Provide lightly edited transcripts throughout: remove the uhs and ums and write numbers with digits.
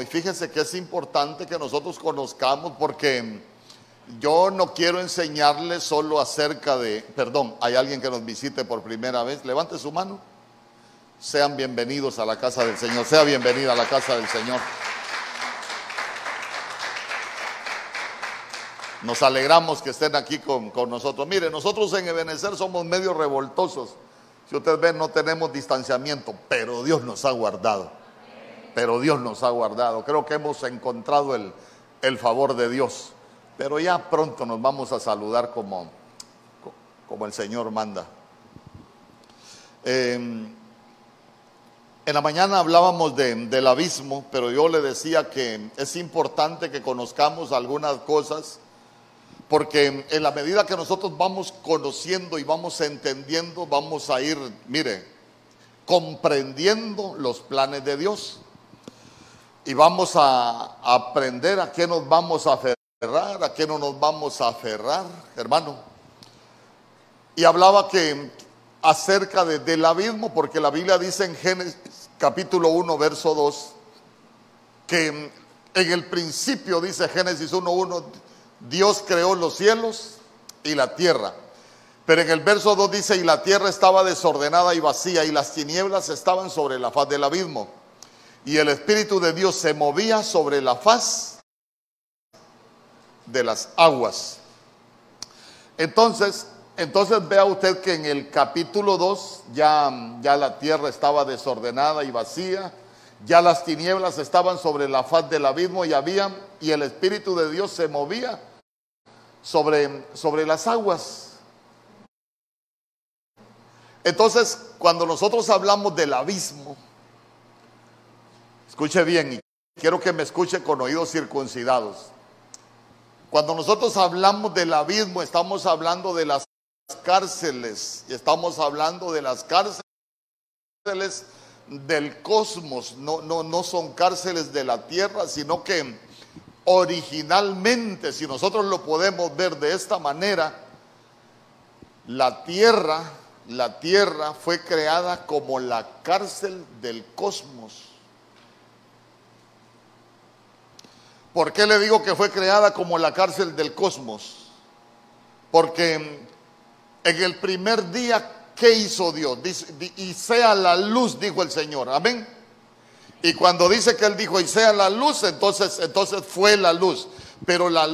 y fíjese que es importante que nosotros conozcamos, porque yo no quiero enseñarles solo acerca de, perdón, hay alguien que nos visite por primera vez, levante su mano. Sean bienvenidos a la casa del Señor, sea bienvenida a la casa del Señor. Nos alegramos que estén aquí con nosotros. Mire, nosotros en Ebenezer somos medio revoltosos. Si ustedes ven, no tenemos distanciamiento, pero Dios nos ha guardado. Pero Dios nos ha guardado. Creo que hemos encontrado el favor de Dios. Pero ya pronto nos vamos a saludar como el Señor manda. En la mañana hablábamos del abismo, pero yo le decía que es importante que conozcamos algunas cosas, porque en la medida que nosotros vamos conociendo y vamos entendiendo, vamos a ir, mire, comprendiendo los planes de Dios. Y vamos a aprender a qué nos vamos a aferrar, a qué no nos vamos a aferrar, hermano. Y hablaba que acerca del abismo, porque la Biblia dice en Génesis capítulo 1, verso 2, que en el principio, dice Génesis 1:1, Dios creó los cielos y la tierra. Pero en el verso 2 dice, y la tierra estaba desordenada y vacía, y las tinieblas estaban sobre la faz del abismo. Y el Espíritu de Dios se movía sobre la faz de las aguas. Entonces vea usted que en el capítulo 2 ya la tierra estaba desordenada y vacía, ya las tinieblas estaban sobre la faz del abismo y el Espíritu de Dios se movía sobre las aguas. Entonces, cuando nosotros hablamos del abismo, escuche bien y quiero que me escuche con oídos circuncidados. Cuando nosotros hablamos del abismo, estamos hablando de las cárceles, estamos hablando de las cárceles del cosmos, no son cárceles de la tierra, sino que originalmente, si nosotros lo podemos ver de esta manera, la tierra fue creada como la cárcel del cosmos. ¿Por qué le digo que fue creada como la cárcel del cosmos? Porque en el primer día, ¿qué hizo Dios? Dice, y sea la luz, dijo el Señor, amén. Y cuando dice que Él dijo, y sea la luz, entonces fue la luz. Pero la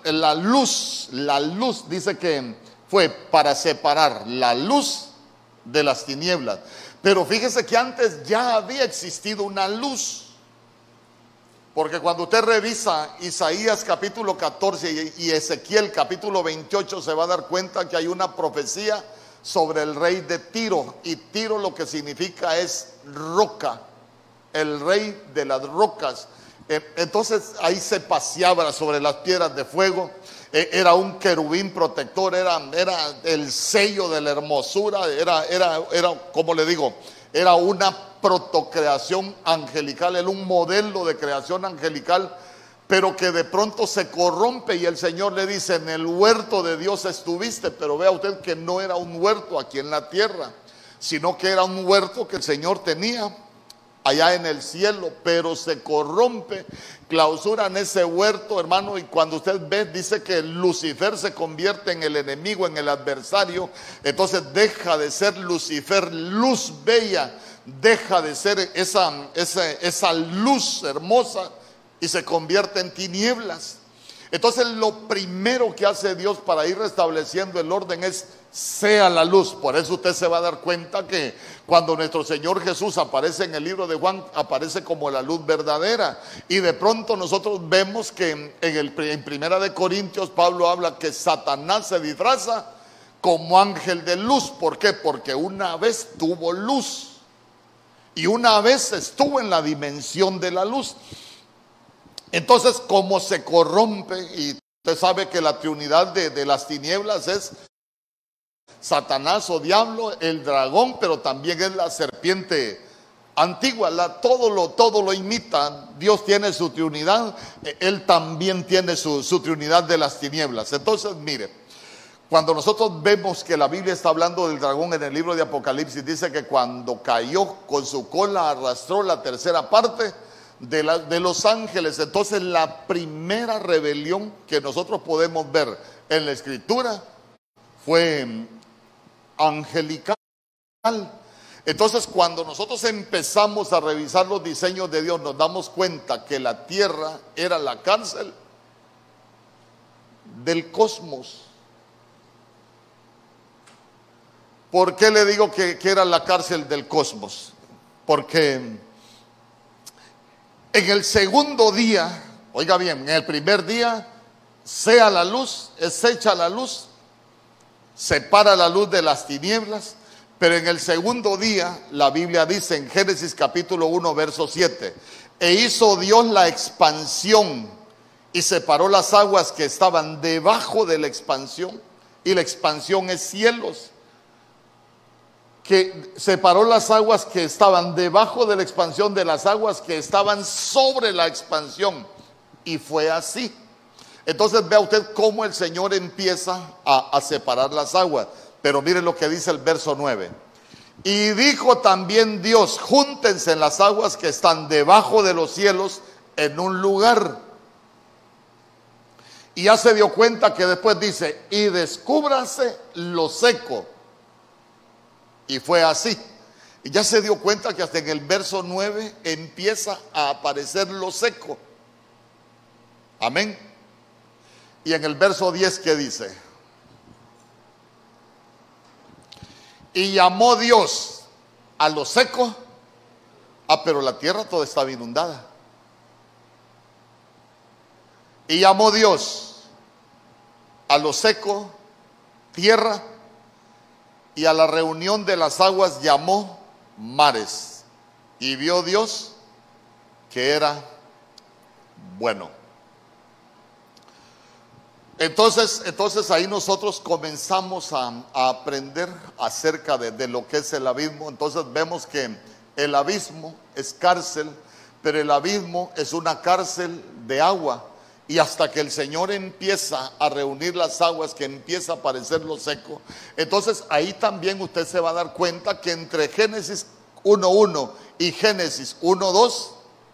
luz dice que fue para separar la luz de las tinieblas. Pero fíjese que antes ya había existido una luz. Porque cuando usted revisa Isaías capítulo 14 y Ezequiel capítulo 28, se va a dar cuenta que hay una profecía sobre el rey de Tiro. Y Tiro lo que significa es roca, el rey de las rocas. Entonces ahí se paseaba sobre las piedras de fuego. Era un querubín protector, era el sello de la hermosura, era como le digo, era una protocreación angelical, era un modelo de creación angelical, pero que de pronto se corrompe y el Señor le dice, en el huerto de Dios estuviste, pero vea usted que no era un huerto aquí en la tierra, sino que era un huerto que el Señor tenía allá en el cielo, pero se corrompe, clausuran ese huerto, hermano, y cuando usted ve, dice que Lucifer se convierte en el enemigo, en el adversario. Entonces deja de ser Lucifer, luz bella, deja de ser esa luz hermosa y se convierte en tinieblas. Entonces lo primero que hace Dios para ir restableciendo el orden es sea la luz. Por eso usted se va a dar cuenta que cuando nuestro Señor Jesús aparece en el libro de Juan, aparece como la luz verdadera. Y de pronto nosotros vemos que en Primera de Corintios Pablo habla que Satanás se disfraza como ángel de luz. ¿Por qué? Porque una vez tuvo luz y una vez estuvo en la dimensión de la luz. Entonces, como se corrompe, y usted sabe que la trinidad de las tinieblas es Satanás o diablo, el dragón, pero también es la serpiente antigua, todo lo imita. Dios tiene su trinidad, Él también tiene su trinidad de las tinieblas. Entonces, mire, cuando nosotros vemos que la Biblia está hablando del dragón en el libro de Apocalipsis, dice que cuando cayó con su cola arrastró la tercera parte de los ángeles. Entonces la primera rebelión que nosotros podemos ver en la Escritura fue angelical. Entonces cuando nosotros empezamos a revisar los diseños de Dios, nos damos cuenta que la tierra era la cárcel del cosmos. ¿Por qué le digo que era la cárcel del cosmos? Porque en el segundo día, oiga bien, en el primer día sea la luz, es hecha la luz, separa la luz de las tinieblas. Pero en el segundo día, la Biblia dice en Génesis capítulo 1, verso 7, e hizo Dios la expansión y separó las aguas que estaban debajo de la expansión, y la expansión es cielos, que separó las aguas que estaban debajo de la expansión de las aguas que estaban sobre la expansión, y fue así. Entonces vea usted cómo el Señor empieza a separar las aguas. Pero mire lo que dice el verso 9. Y dijo también Dios, júntense las aguas que están debajo de los cielos en un lugar. Y ya se dio cuenta que después dice, y descúbrase lo seco. Y fue así. Y ya se dio cuenta que hasta en el verso 9 empieza a aparecer lo seco. Amén. Y en el verso 10, ¿qué dice? Y llamó Dios a lo seco. Pero la tierra toda estaba inundada. Y llamó Dios a lo seco, tierra, y a la reunión de las aguas llamó mares. Y vio Dios que era bueno. Entonces ahí nosotros comenzamos a aprender acerca de lo que es el abismo. Entonces vemos que el abismo es cárcel, pero el abismo es una cárcel de agua. Y hasta que el Señor empieza a reunir las aguas, que empieza a aparecer lo seco, entonces ahí también usted se va a dar cuenta que entre Génesis 1:1 y Génesis 1:2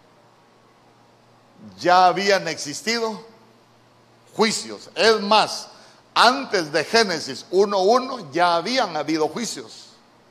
ya habían existido juicios. Es más, antes de Génesis 1:1 ya habían habido juicios.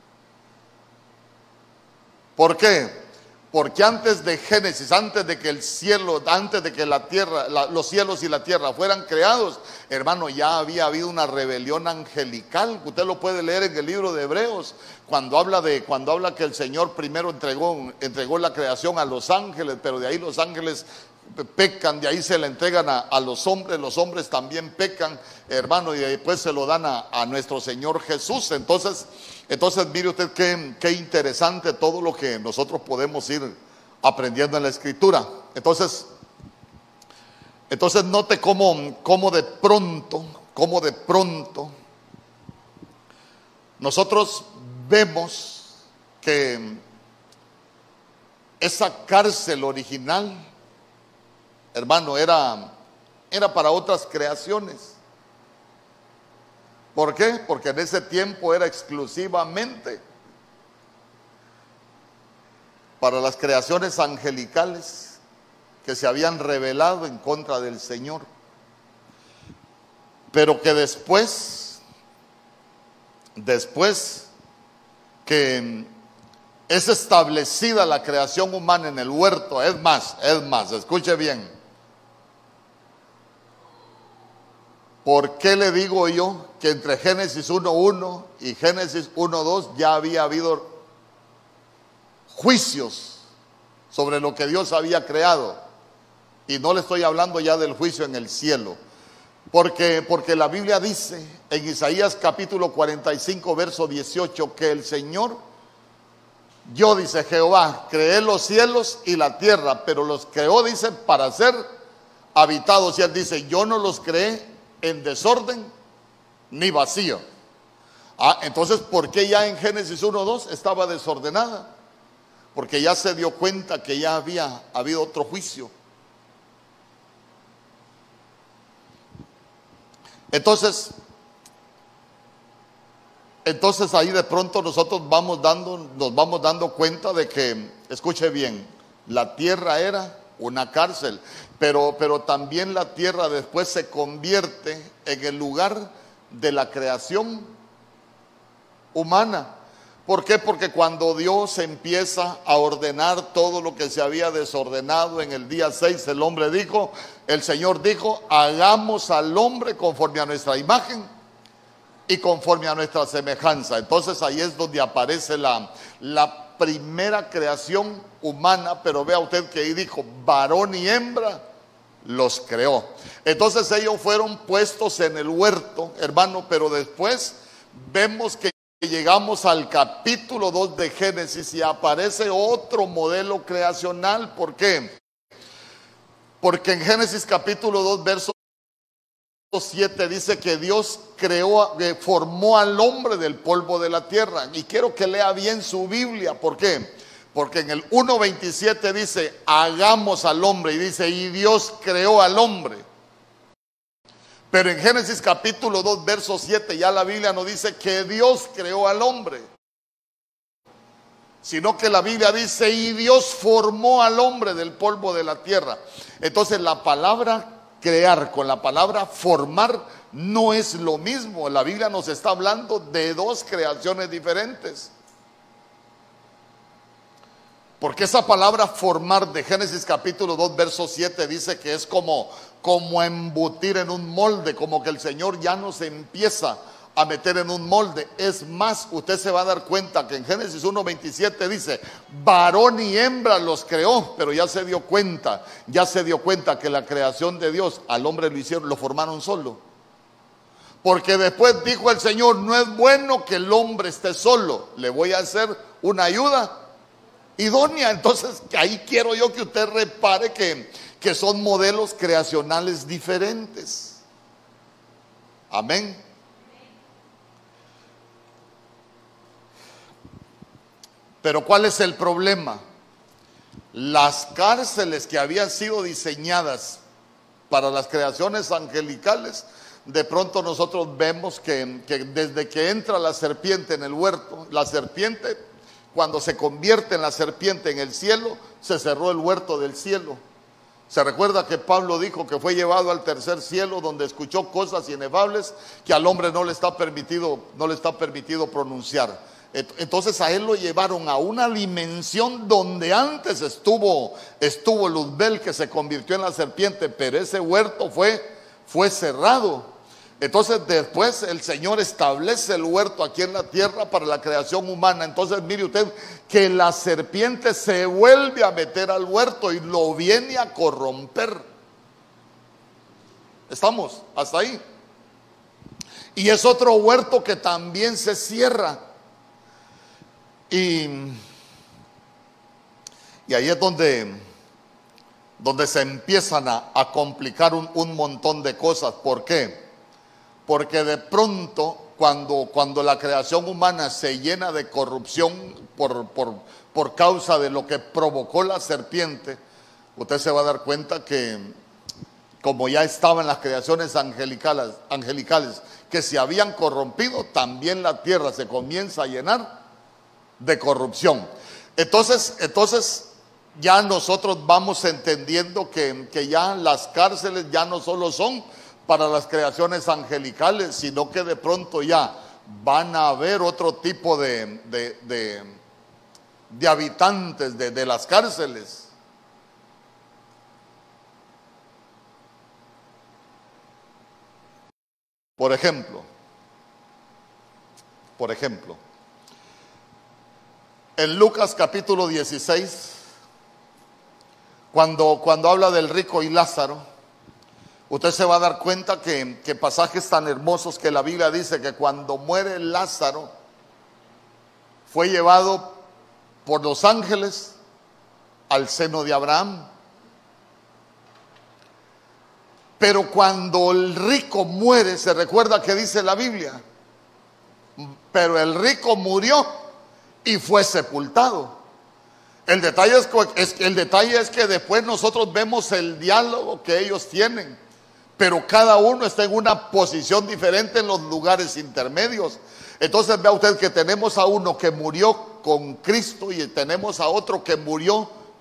¿Por qué? Porque antes de Génesis, antes de que el cielo, antes de que la tierra, los cielos y la tierra fueran creados, hermano, ya había habido una rebelión angelical. Usted lo puede leer en el libro de Hebreos, cuando habla que el Señor primero entregó la creación a los ángeles, pero de ahí los ángeles pecan, de ahí se le entregan a los hombres también pecan, hermano, y después se lo dan a nuestro Señor Jesús. Entonces mire usted qué interesante todo lo que nosotros podemos ir aprendiendo en la Escritura. Entonces note cómo de pronto nosotros vemos que esa cárcel original, hermano, era para otras creaciones. ¿Por qué? Porque en ese tiempo era exclusivamente para las creaciones angelicales que se habían rebelado en contra del Señor. Pero que después que es establecida la creación humana en el huerto, es más, escuche bien. ¿Por qué le digo yo que entre Génesis 1:1 y Génesis 1:2 ya había habido juicios sobre lo que Dios había creado? Y no le estoy hablando ya del juicio en el cielo. Porque la Biblia dice en Isaías capítulo 45, verso 18, que el Señor, yo, dice Jehová, creé los cielos y la tierra, pero los creó, dice, para ser habitados. Y él dice, yo no los creé en desorden ni vacío. Entonces, ¿por qué ya en Génesis 1:2 estaba desordenada? Porque ya se dio cuenta que ya había habido otro juicio. Entonces ahí de pronto nosotros nos vamos dando cuenta de que, escuche bien, La tierra era una cárcel, pero también la tierra después se convierte en el lugar de la creación humana. ¿Por qué? Porque cuando Dios empieza a ordenar todo lo que se había desordenado en el día 6, el Señor dijo, hagamos al hombre conforme a nuestra imagen y conforme a nuestra semejanza. Entonces ahí es donde aparece la primera creación humana, pero vea usted que ahí dijo, varón y hembra los creó. Entonces ellos fueron puestos en el huerto, hermano, pero después vemos que llegamos al capítulo 2 de Génesis y aparece otro modelo creacional. ¿Por qué? Porque en Génesis capítulo 2, verso 7 dice que Dios formó al hombre del polvo de la tierra. Y quiero que lea bien su Biblia. ¿Por qué? Porque en el 1:27 dice, hagamos al hombre, y dice, y Dios creó al hombre. Pero en Génesis capítulo 2, verso 7, ya la Biblia no dice que Dios creó al hombre, sino que la Biblia dice, y Dios formó al hombre del polvo de la tierra. Entonces la palabra crear con la palabra formar no es lo mismo. La Biblia nos está hablando de dos creaciones diferentes. Porque esa palabra formar de Génesis capítulo 2, verso 7 dice que es como embutir en un molde, como que el Señor ya nos empieza a meter en un molde. Es más, usted se va a dar cuenta que en Génesis 1:27 dice, varón y hembra los creó, pero ya se dio cuenta que la creación de Dios al hombre lo formaron solo. Porque después dijo el Señor, no es bueno que el hombre esté solo, le voy a hacer una ayuda idónea. Entonces ahí quiero yo que usted repare que son modelos creacionales diferentes. Amén. Pero ¿cuál es el problema? Las cárceles que habían sido diseñadas para las creaciones angelicales, de pronto nosotros vemos que desde que entra la serpiente en el huerto, la serpiente, cuando se convierte en la serpiente en el cielo, se cerró el huerto del cielo. Se recuerda que Pablo dijo que fue llevado al tercer cielo, donde escuchó cosas inefables que al hombre no le está permitido pronunciar. Entonces a él lo llevaron a una dimensión donde antes estuvo Luzbel, que se convirtió en la serpiente, pero ese huerto fue cerrado. Entonces después el Señor establece el huerto aquí en la tierra para la creación humana. Entonces mire usted que la serpiente se vuelve a meter al huerto y lo viene a corromper. ¿Estamos hasta ahí? Y es otro huerto que también se cierra. Y ahí es donde se empiezan a complicar un montón de cosas. ¿Por qué? Porque de pronto cuando la creación humana se llena de corrupción por causa de lo que provocó la serpiente, usted se va a dar cuenta que, como ya estaban las creaciones angelicales que se habían corrompido, también la tierra se comienza a llenar de corrupción. Entonces ya nosotros vamos entendiendo que ya las cárceles ya no solo son para las creaciones angelicales, sino que de pronto ya van a haber otro tipo de habitantes de las cárceles. Por ejemplo, en Lucas capítulo 16, cuando habla del rico y Lázaro, usted se va a dar cuenta que pasajes tan hermosos que la Biblia dice que cuando muere Lázaro, fue llevado por los ángeles al seno de Abraham. Pero cuando el rico muere, se recuerda que dice la Biblia, pero el rico murió y fue sepultado. El detalle es que después nosotros vemos el diálogo que ellos tienen, pero cada uno está en una posición diferente en los lugares intermedios. Entonces vea usted que tenemos a uno que murió con Cristo y tenemos a otro que murió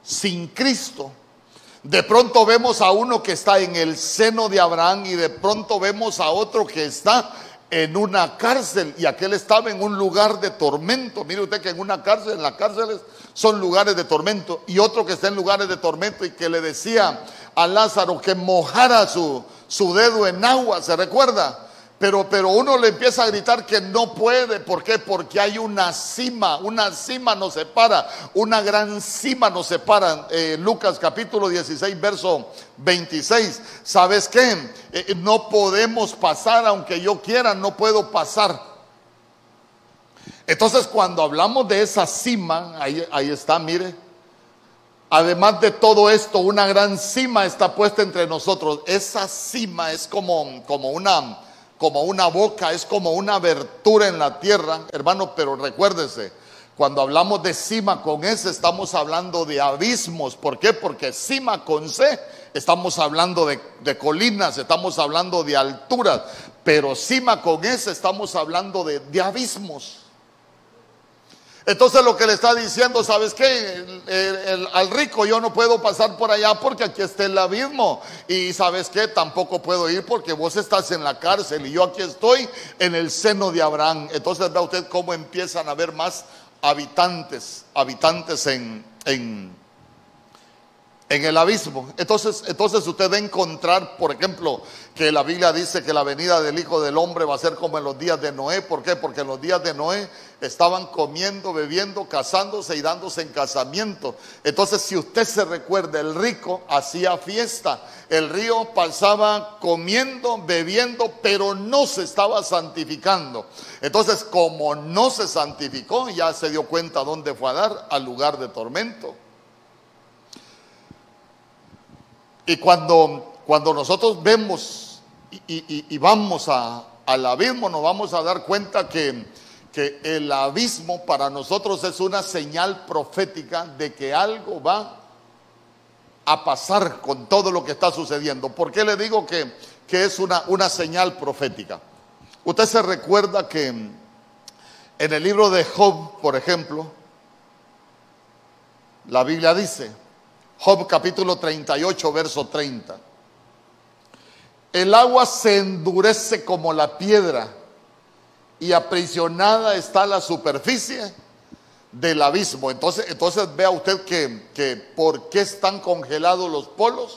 sin Cristo. De pronto vemos a uno que está en el seno de Abraham y de pronto vemos a otro que está en una cárcel y aquel estaba en un lugar de tormento. Mire usted que en una cárcel, en las cárceles son lugares de tormento, y otro que está en lugares de tormento y que le decía a Lázaro que mojara su dedo en agua, ¿se recuerda? Pero uno le empieza a gritar que no puede. ¿Por qué? Porque hay una cima nos separa, una gran cima nos separa. Lucas capítulo 16, verso 26. ¿Sabes qué? No podemos pasar, aunque yo quiera, no puedo pasar. Entonces, cuando hablamos de esa cima, ahí está, mire. Además de todo esto, una gran cima está puesta entre nosotros. Esa cima es como una boca, es como una abertura en la tierra, hermano. Pero recuérdese, cuando hablamos de cima con S, estamos hablando de abismos. ¿Por qué? Porque cima con C, estamos hablando de colinas, estamos hablando de alturas. Pero cima con S, estamos hablando de abismos. Entonces lo que le está diciendo, ¿sabes qué? Al rico yo no puedo pasar por allá porque aquí está el abismo. Y ¿sabes qué? Tampoco puedo ir porque vos estás en la cárcel y yo aquí estoy en el seno de Abraham. Entonces vea usted cómo empiezan a haber más habitantes en el abismo. Entonces usted va a encontrar, por ejemplo, que la Biblia dice que la venida del Hijo del Hombre va a ser como en los días de Noé. ¿Por qué? Porque en los días de Noé estaban comiendo, bebiendo, casándose y dándose en casamiento. Entonces, si usted se recuerda, el rico hacía fiesta. El río pasaba comiendo, bebiendo, pero no se estaba santificando. Entonces, como no se santificó, ya se dio cuenta dónde fue a dar, al lugar de tormento. Y cuando nosotros vemos y vamos al abismo, nos vamos a dar cuenta que el abismo para nosotros es una señal profética de que algo va a pasar con todo lo que está sucediendo. ¿Por qué le digo que es una señal profética? Usted se recuerda que en el libro de Job, por ejemplo, la Biblia dice, Job capítulo 38, verso 30. El agua se endurece como la piedra y aprisionada está la superficie del abismo. Entonces vea usted que ¿por qué están congelados los polos?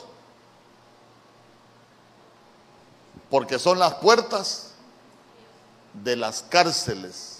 Porque son las puertas de las cárceles.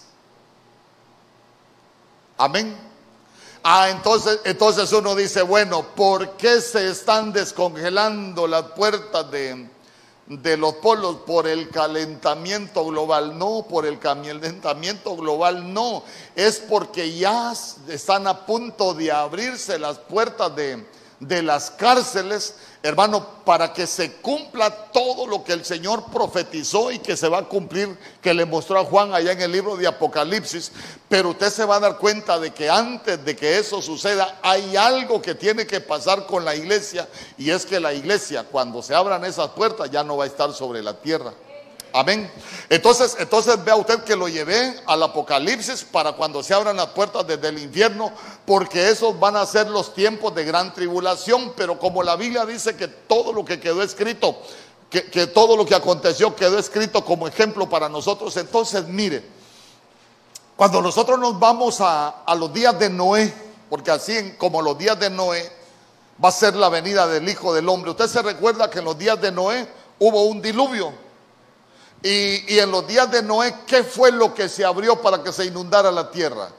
Amén. Entonces uno dice, bueno, ¿por qué se están descongelando las puertas de los polos? Por el calentamiento global. No, por el calentamiento global no. Es porque ya están a punto de abrirse las puertas de las cárceles, hermano, para que se cumpla todo lo que el Señor profetizó y que se va a cumplir, que le mostró a Juan allá en el libro de Apocalipsis. Pero usted se va a dar cuenta de que antes de que eso suceda, hay algo que tiene que pasar con la iglesia, y es que la iglesia, cuando se abran esas puertas, ya no va a estar sobre la tierra. Amén. Entonces vea usted que lo llevé al Apocalipsis para cuando se abran las puertas desde el infierno, porque esos van a ser los tiempos de gran tribulación. Pero como la Biblia dice que todo lo que quedó escrito, que todo lo que aconteció quedó escrito como ejemplo para nosotros. Entonces mire, cuando nosotros nos vamos a los días de Noé, porque así como los días de Noé va a ser la venida del Hijo del Hombre. Usted se recuerda que en los días de Noé hubo un diluvio. Y en los días de Noé, ¿qué fue lo que se abrió para que se inundara la tierra?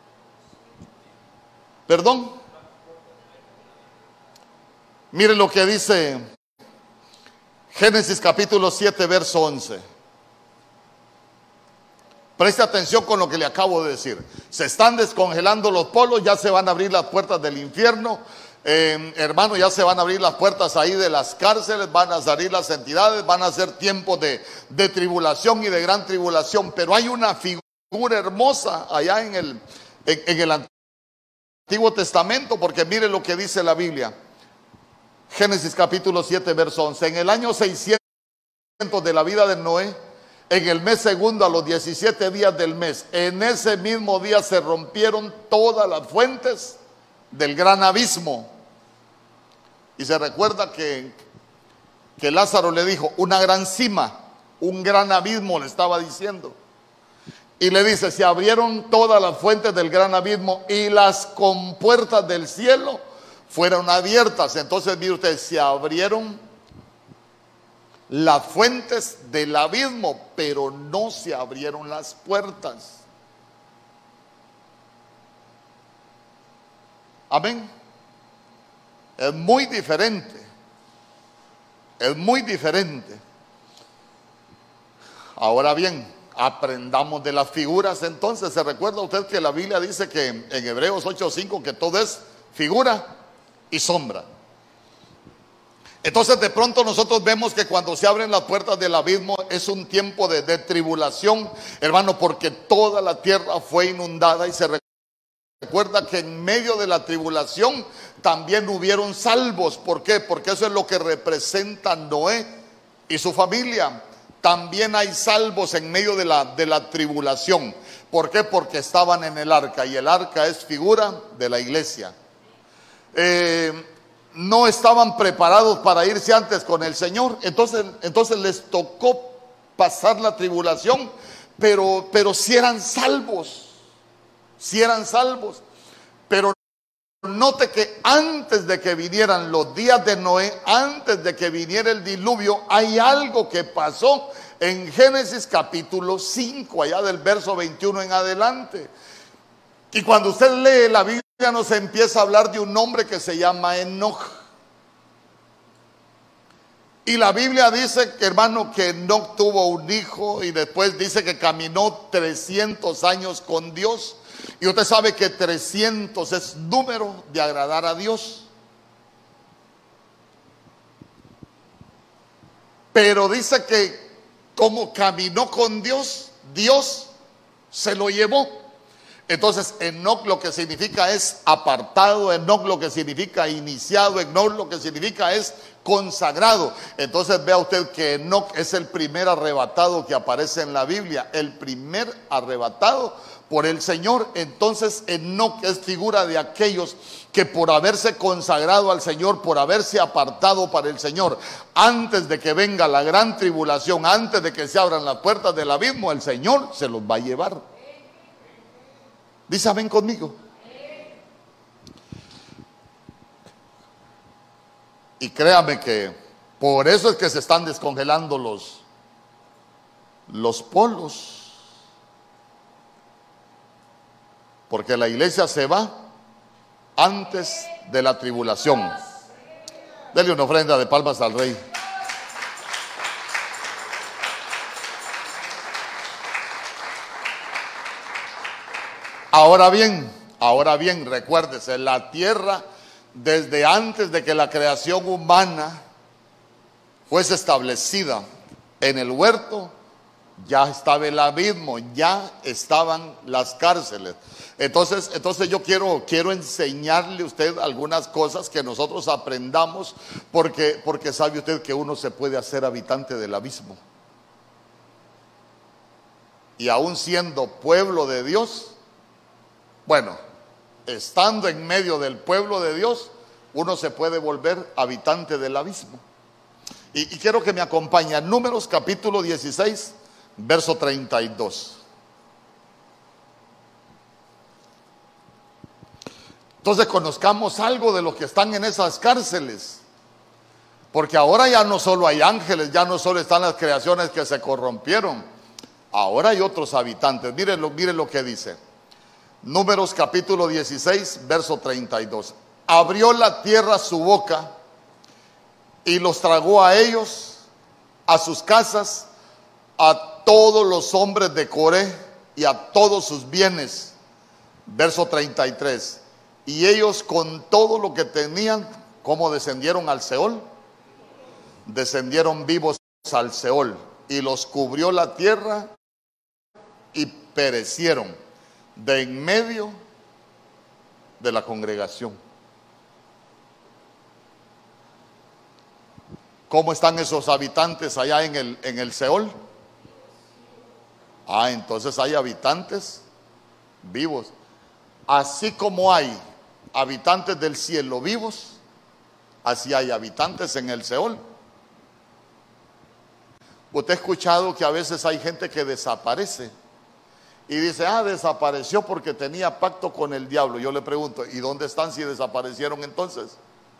¿Perdón? Mire lo que dice Génesis capítulo 7, verso 11. Preste atención con lo que le acabo de decir. Se están descongelando los polos, ya se van a abrir las puertas del infierno. Hermano, ya se van a abrir las puertas ahí de las cárceles, van a salir las entidades, van a ser tiempos de tribulación y de gran tribulación. Pero hay una figura hermosa allá en el Antiguo Testamento, porque mire lo que dice la Biblia. Génesis capítulo 7, verso 11. En el año 600 de la vida de Noé, en el mes segundo, a los 17 días del mes, en ese mismo día se rompieron todas las fuentes del gran abismo. Y se recuerda que Lázaro le dijo, una gran cima, un gran abismo le estaba diciendo. Y le dice, se abrieron todas las fuentes del gran abismo y las compuertas del cielo fueron abiertas. Entonces, mire usted, se abrieron las fuentes del abismo, pero no se abrieron las puertas. Amén. Es muy diferente. Es muy diferente. Ahora bien, aprendamos de las figuras. Entonces, ¿se recuerda usted que la Biblia dice que en Hebreos 8:5 que todo es figura y sombra? Entonces, de pronto nosotros vemos que cuando se abren las puertas del abismo es un tiempo de tribulación, hermano, porque toda la tierra fue inundada. Y se recuerda que en medio de la tribulación también hubieron salvos. ¿Por qué? Porque eso es lo que representa Noé y su familia. También hay salvos en medio de la tribulación. ¿Por qué? Porque estaban en el arca, y el arca es figura de la iglesia. No estaban preparados para irse antes con el Señor, entonces les tocó pasar la tribulación, pero si eran salvos, pero note que antes de que vinieran los días de Noé, antes de que viniera el diluvio, hay algo que pasó en Génesis capítulo 5, allá del verso 21 en adelante. Y cuando usted lee la Biblia, nos empieza a hablar de un hombre que se llama Enoc. Y la Biblia dice, hermano, que Enoc tuvo un hijo y después dice que caminó 300 años con Dios. Y usted sabe que 300 es número de agradar a Dios. Pero dice que como caminó con Dios, Dios se lo llevó. Entonces, Enoc lo que significa es apartado, Enoc lo que significa iniciado, Enoc lo que significa es consagrado. Entonces vea usted que Enoc es el primer arrebatado que aparece en la Biblia, el primer arrebatado por el Señor. Entonces Enoc es figura de aquellos que por haberse consagrado al Señor, por haberse apartado para el Señor, antes de que venga la gran tribulación, antes de que se abran las puertas del abismo, el Señor se los va a llevar. Dice amén conmigo. Y créame que por eso es que se están descongelando los polos. Porque la iglesia se va antes de la tribulación. Dele una ofrenda de palmas al Rey. Ahora bien, recuérdese, la tierra desde antes de que la creación humana fuese establecida en el huerto, ya estaba el abismo, ya estaban las cárceles. Entonces yo quiero enseñarle a usted algunas cosas que nosotros aprendamos, porque sabe usted que uno se puede hacer habitante del abismo. Y aún siendo pueblo de Dios, bueno, estando en medio del pueblo de Dios, uno se puede volver habitante del abismo. Y quiero que me acompañe a Números capítulo 16, verso 32. Entonces conozcamos algo de los que están en esas cárceles. Porque ahora ya no solo hay ángeles, ya no solo están las creaciones que se corrompieron. Ahora hay otros habitantes. Miren lo que dice. Números capítulo 16, verso 32. Abrió la tierra su boca y los tragó a ellos, a sus casas, a todos los hombres de Coré y a todos sus bienes. Verso 33. Y ellos con todo lo que tenían, ¿cómo descendieron al Seol? Descendieron vivos al Seol, y los cubrió la tierra y perecieron de en medio de la congregación. ¿Cómo están esos habitantes allá en el Seol? Entonces hay habitantes vivos. Así como hay habitantes del cielo vivos, así hay habitantes en el Seol. Usted ha escuchado que a veces hay gente que desaparece y dice, desapareció porque tenía pacto con el diablo. Yo le pregunto, ¿y dónde están si desaparecieron entonces?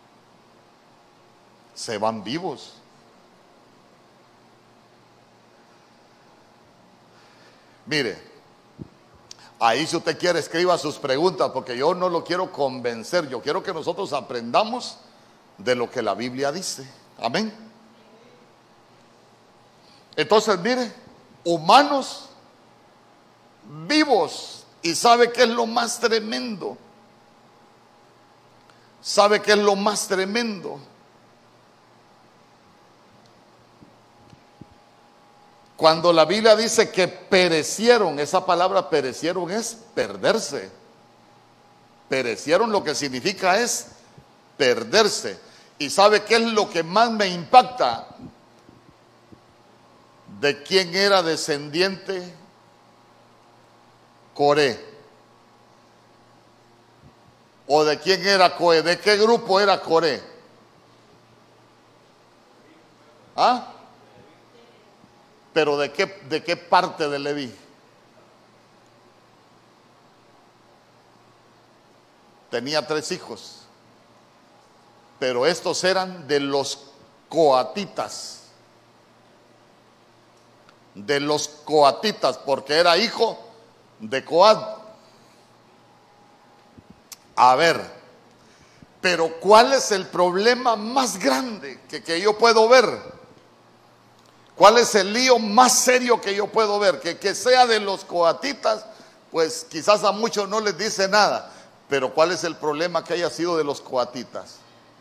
Se van vivos. Mire, ahí si usted quiere escriba sus preguntas, porque yo no lo quiero convencer, yo quiero que nosotros aprendamos de lo que la Biblia dice. Amén. Entonces, mire, humanos vivos. ¿Y sabe qué es lo más tremendo? ¿Sabe qué es lo más tremendo? Cuando la Biblia dice que perecieron, esa palabra perecieron es perderse. Perecieron lo que significa es perderse. ¿Y sabe qué es lo que más me impacta? ¿De quién era descendiente Coré? ¿O de quién era Coré? ¿De qué grupo era Coré? ¿Ah? ¿Pero de qué parte de Leví? Tenía 3 hijos, pero estos eran de los coatitas. De los coatitas, porque era hijo de Coat. A ver, pero ¿cuál es el problema más grande que yo puedo ver? ¿Cuál es el lío más serio que yo puedo ver? Que sea de los coatitas, pues quizás a muchos no les dice nada, pero ¿cuál es el problema que haya sido de los coatitas?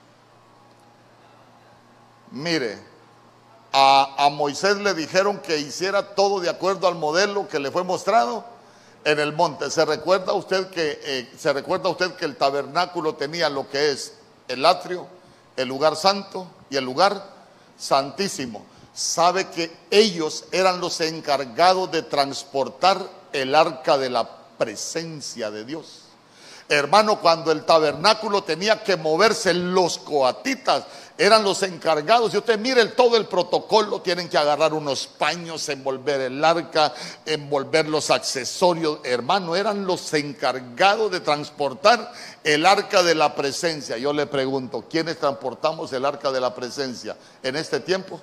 Mire, a Moisés le dijeron que hiciera todo de acuerdo al modelo que le fue mostrado en el monte. ¿Se recuerda usted que el tabernáculo tenía lo que es el atrio, el lugar santo y el lugar santísimo? ¿Sabe que ellos eran los encargados de transportar el arca de la presencia de Dios? Hermano, cuando el tabernáculo tenía que moverse, los coatitas eran los encargados. Si usted mire todo el protocolo, tienen que agarrar unos paños, envolver el arca, envolver los accesorios. Hermano, eran los encargados de transportar el arca de la presencia. Yo le pregunto, ¿quiénes transportamos el arca de la presencia en este tiempo?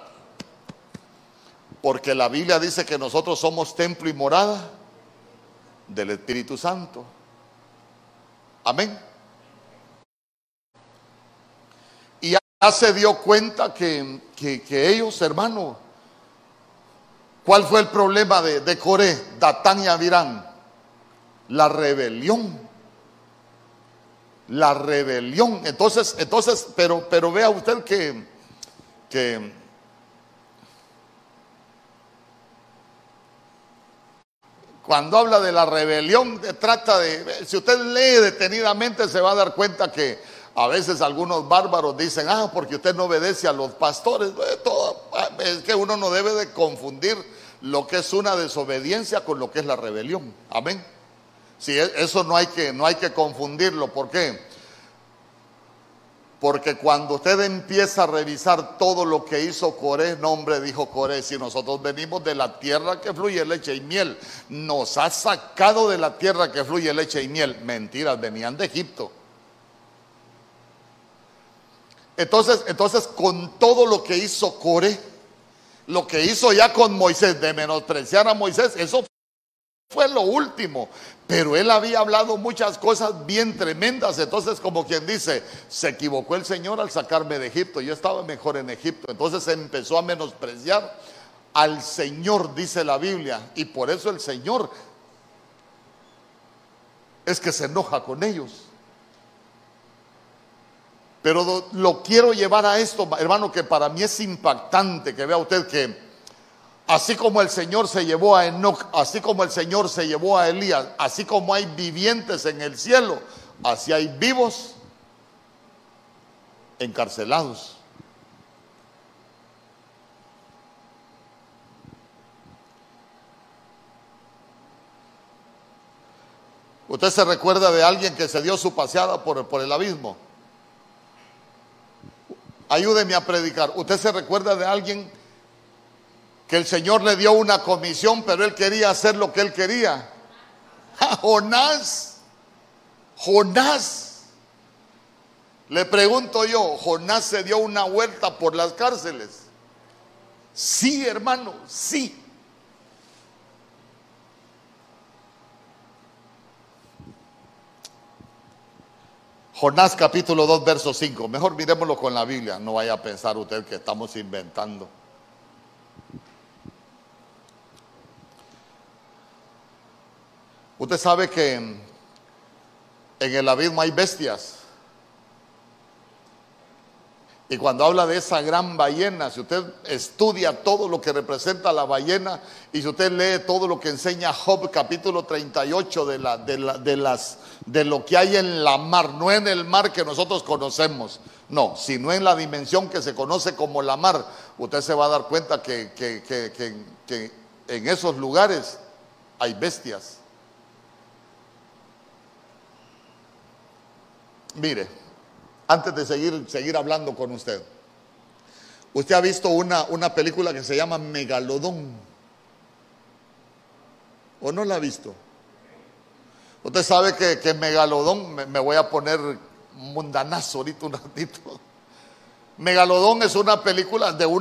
Porque la Biblia dice que nosotros somos templo y morada del Espíritu Santo. Amén. Y ya se dio cuenta que ellos, hermano, ¿cuál fue el problema de Coré, Datán y Abirán? La rebelión. La rebelión. Entonces, pero vea usted que cuando habla de la rebelión, si usted lee detenidamente se va a dar cuenta que a veces algunos bárbaros dicen, porque usted no obedece a los pastores. Es que uno no debe de confundir lo que es una desobediencia con lo que es la rebelión. Amén. Sí, eso no hay que confundirlo. ¿Por qué? Porque cuando usted empieza a revisar todo lo que hizo Coré, no, hombre, dijo Coré, si nosotros venimos de la tierra que fluye leche y miel, nos ha sacado de la tierra que fluye leche y miel. Mentiras, venían de Egipto. Entonces con todo lo que hizo Coré, lo que hizo ya con Moisés, de menospreciar a Moisés, eso fue lo último. Pero él había hablado muchas cosas bien tremendas. Entonces, como quien dice, se equivocó el Señor al sacarme de Egipto. Yo estaba mejor en Egipto. Entonces empezó a menospreciar al Señor, dice la Biblia. Y por eso el Señor es que se enoja con ellos. Pero lo quiero llevar a esto, hermano, que para mí es impactante que vea usted que así como el Señor se llevó a Enoc, así como el Señor se llevó a Elías, así como hay vivientes en el cielo, así hay vivos encarcelados. ¿Usted se recuerda de alguien que se dio su paseada por el abismo? Ayúdeme a predicar. ¿Usted se recuerda de alguien que el Señor le dio una comisión, pero él quería hacer lo que él quería? Jonás. Jonás. Le pregunto yo, ¿Jonás se dio una vuelta por las cárceles? Sí, hermano, sí. Jonás capítulo 2, verso 5. Mejor miremoslo con la Biblia. No vaya a pensar usted que estamos inventando. Usted sabe que en el abismo hay bestias. Y cuando habla de esa gran ballena, si usted estudia todo lo que representa la ballena, y si usted lee todo lo que enseña Job capítulo 38 de lo que hay en la mar, no en el mar que nosotros conocemos, no, sino en la dimensión que se conoce como la mar, usted se va a dar cuenta que en esos lugares hay bestias. Mire, antes de seguir hablando con usted, usted ha visto una película que se llama Megalodón, ¿o no la ha visto? Usted sabe que Megalodón, me voy a poner mundanazo ahorita un ratito. Megalodón es una película de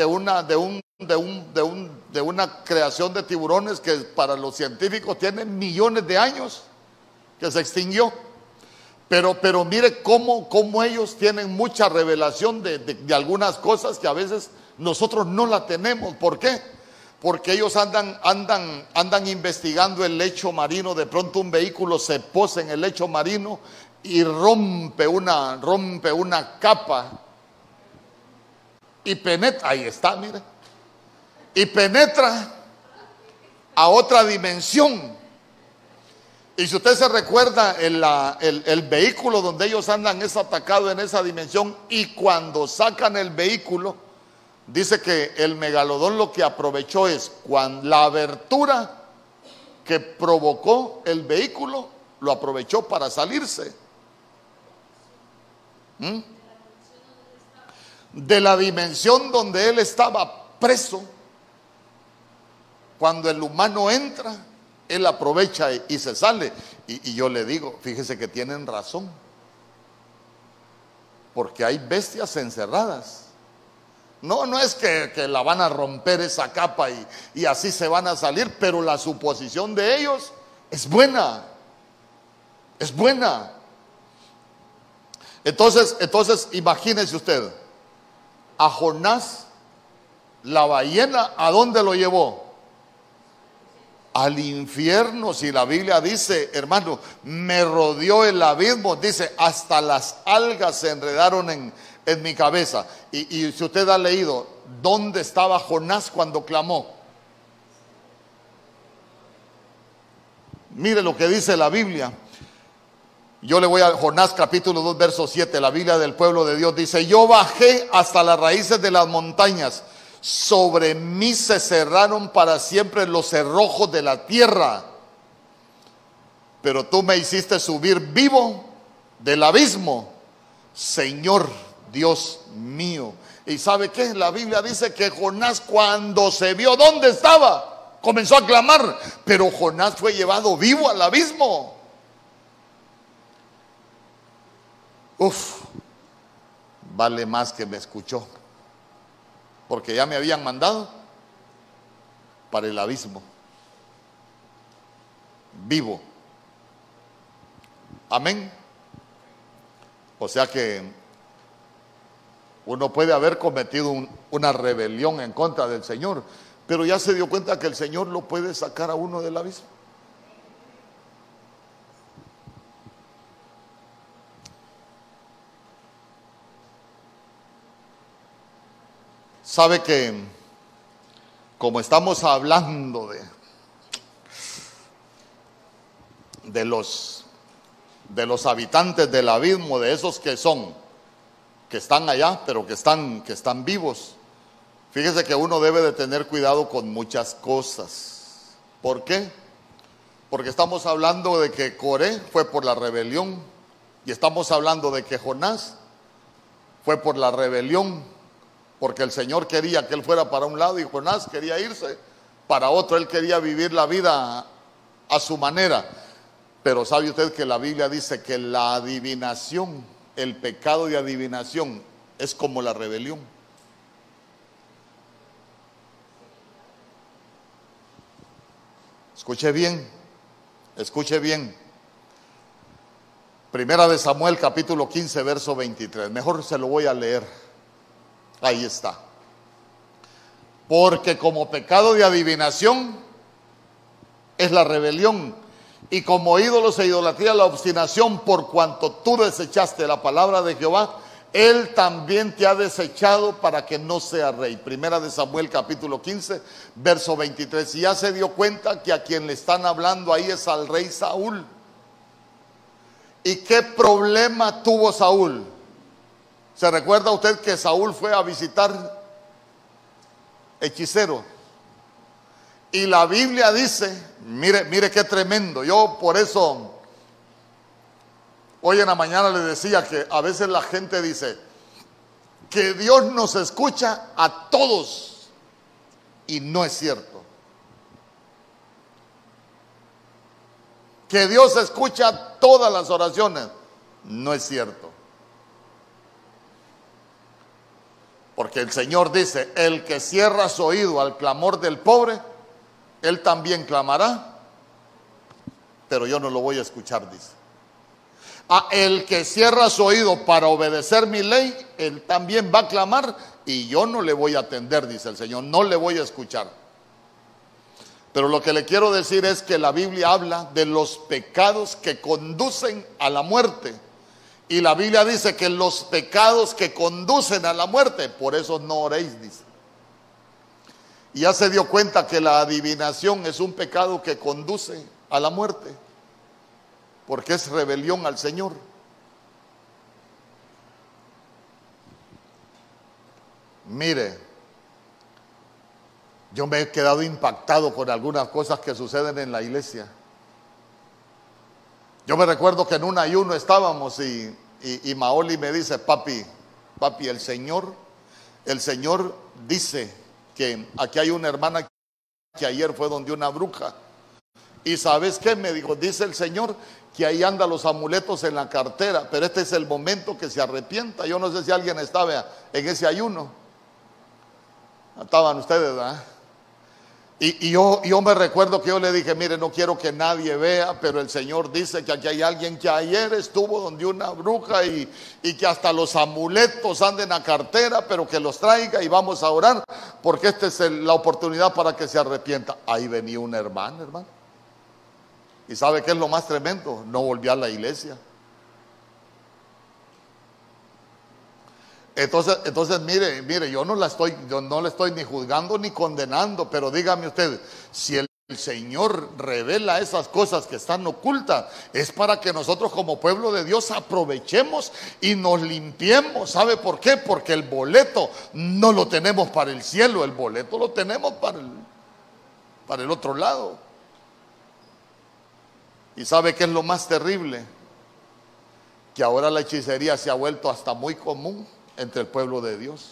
una creación de tiburones que para los científicos tiene millones de años que se extinguió. Pero mire cómo ellos tienen mucha revelación de algunas cosas que a veces nosotros no la tenemos. ¿Por qué? Porque ellos andan investigando el lecho marino. De pronto un vehículo se posa en el lecho marino y rompe una capa y penetra, ahí está, mire, y penetra a otra dimensión. Y si usted se recuerda, el vehículo donde ellos andan es atacado en esa dimensión, y cuando sacan el vehículo, dice que el megalodón lo que aprovechó es la abertura que provocó el vehículo, lo aprovechó para salirse. De la dimensión donde él estaba preso. Cuando el humano entra, él aprovecha y se sale. Y yo le digo, fíjese que tienen razón, porque hay bestias encerradas. No es que la van a romper esa capa y así se van a salir, pero la suposición de ellos es buena. Es buena. Entonces imagínese usted, a Jonás, la ballena, ¿a dónde lo llevó? Al infierno. Si la Biblia dice, hermano, me rodeó el abismo, dice, hasta las algas se enredaron en mi cabeza. Y si usted ha leído, ¿dónde estaba Jonás cuando clamó? Mire lo que dice la Biblia. Yo le voy a Jonás capítulo 2 verso 7, la Biblia del pueblo de Dios dice: yo bajé hasta las raíces de las montañas, sobre mí se cerraron para siempre los cerrojos de la tierra, pero tú me hiciste subir vivo del abismo, Señor Dios mío. ¿Y sabe qué? La Biblia dice que Jonás, cuando se vio dónde estaba, comenzó a clamar, pero Jonás fue llevado vivo al abismo. Vale más que me escuchó, porque ya me habían mandado para el abismo, vivo. Amén. O sea que uno puede haber cometido una rebelión en contra del Señor, pero ya se dio cuenta que el Señor lo puede sacar a uno del abismo. Sabe que, como estamos hablando de los habitantes del abismo, de esos que están allá, pero que están vivos, fíjese que uno debe de tener cuidado con muchas cosas. ¿Por qué? Porque estamos hablando de que Coré fue por la rebelión y estamos hablando de que Jonás fue por la rebelión, porque el Señor quería que él fuera para un lado y Jonás quería irse para otro. Él quería vivir la vida a su manera. Pero ¿sabe usted que la Biblia dice que la adivinación, el pecado de adivinación, es como la rebelión? Escuche bien, escuche bien. Primera de Samuel, capítulo 15, verso 23. Mejor se lo voy a leer. Ahí está. Porque como pecado de adivinación es la rebelión, y como ídolos e idolatría la obstinación, por cuanto tú desechaste la palabra de Jehová, él también te ha desechado para que no sea rey. Primera de Samuel capítulo 15, verso 23. Y ya se dio cuenta que a quien le están hablando ahí es al rey Saúl. ¿Y qué problema tuvo Saúl? ¿Se recuerda usted que Saúl fue a visitar hechicero? Y la Biblia dice, mire qué tremendo. Yo por eso, hoy en la mañana le decía que a veces la gente dice que Dios nos escucha a todos, y no es cierto. Que Dios escucha todas las oraciones, no es cierto. Porque el Señor dice, el que cierra su oído al clamor del pobre, él también clamará, pero yo no lo voy a escuchar, dice. A el que cierra su oído para obedecer mi ley, él también va a clamar y yo no le voy a atender, dice el Señor, no le voy a escuchar. Pero lo que le quiero decir es que la Biblia habla de los pecados que conducen a la muerte. Y la Biblia dice que los pecados que conducen a la muerte, por eso no oréis, dice. Y ya se dio cuenta que la adivinación es un pecado que conduce a la muerte, porque es rebelión al Señor. Mire, yo me he quedado impactado con algunas cosas que suceden en la iglesia. Yo me recuerdo que en un ayuno estábamos y Maoli me dice, papi, el Señor dice que aquí hay una hermana que ayer fue donde una bruja. Y ¿sabes qué? Me dijo, dice el Señor que ahí andan los amuletos en la cartera, pero este es el momento que se arrepienta. Yo no sé si alguien estaba en ese ayuno. Estaban ustedes, ¿verdad? Y yo me recuerdo que yo le dije, mire, no quiero que nadie vea, pero el Señor dice que aquí hay alguien que ayer estuvo donde una bruja y que hasta los amuletos anden en la cartera, pero que los traiga y vamos a orar, porque esta es la oportunidad para que se arrepienta. Ahí venía una hermana, hermano. ¿Y sabe qué es lo más tremendo? No volvió a la iglesia. Entonces mire, yo no la estoy ni juzgando ni condenando, pero dígame usted, si el Señor revela esas cosas que están ocultas, es para que nosotros como pueblo de Dios aprovechemos y nos limpiemos. ¿Sabe por qué? Porque el boleto no lo tenemos para el cielo, el boleto lo tenemos para el otro lado. ¿Y sabe qué es lo más terrible? Que ahora la hechicería se ha vuelto hasta muy común entre el pueblo de Dios.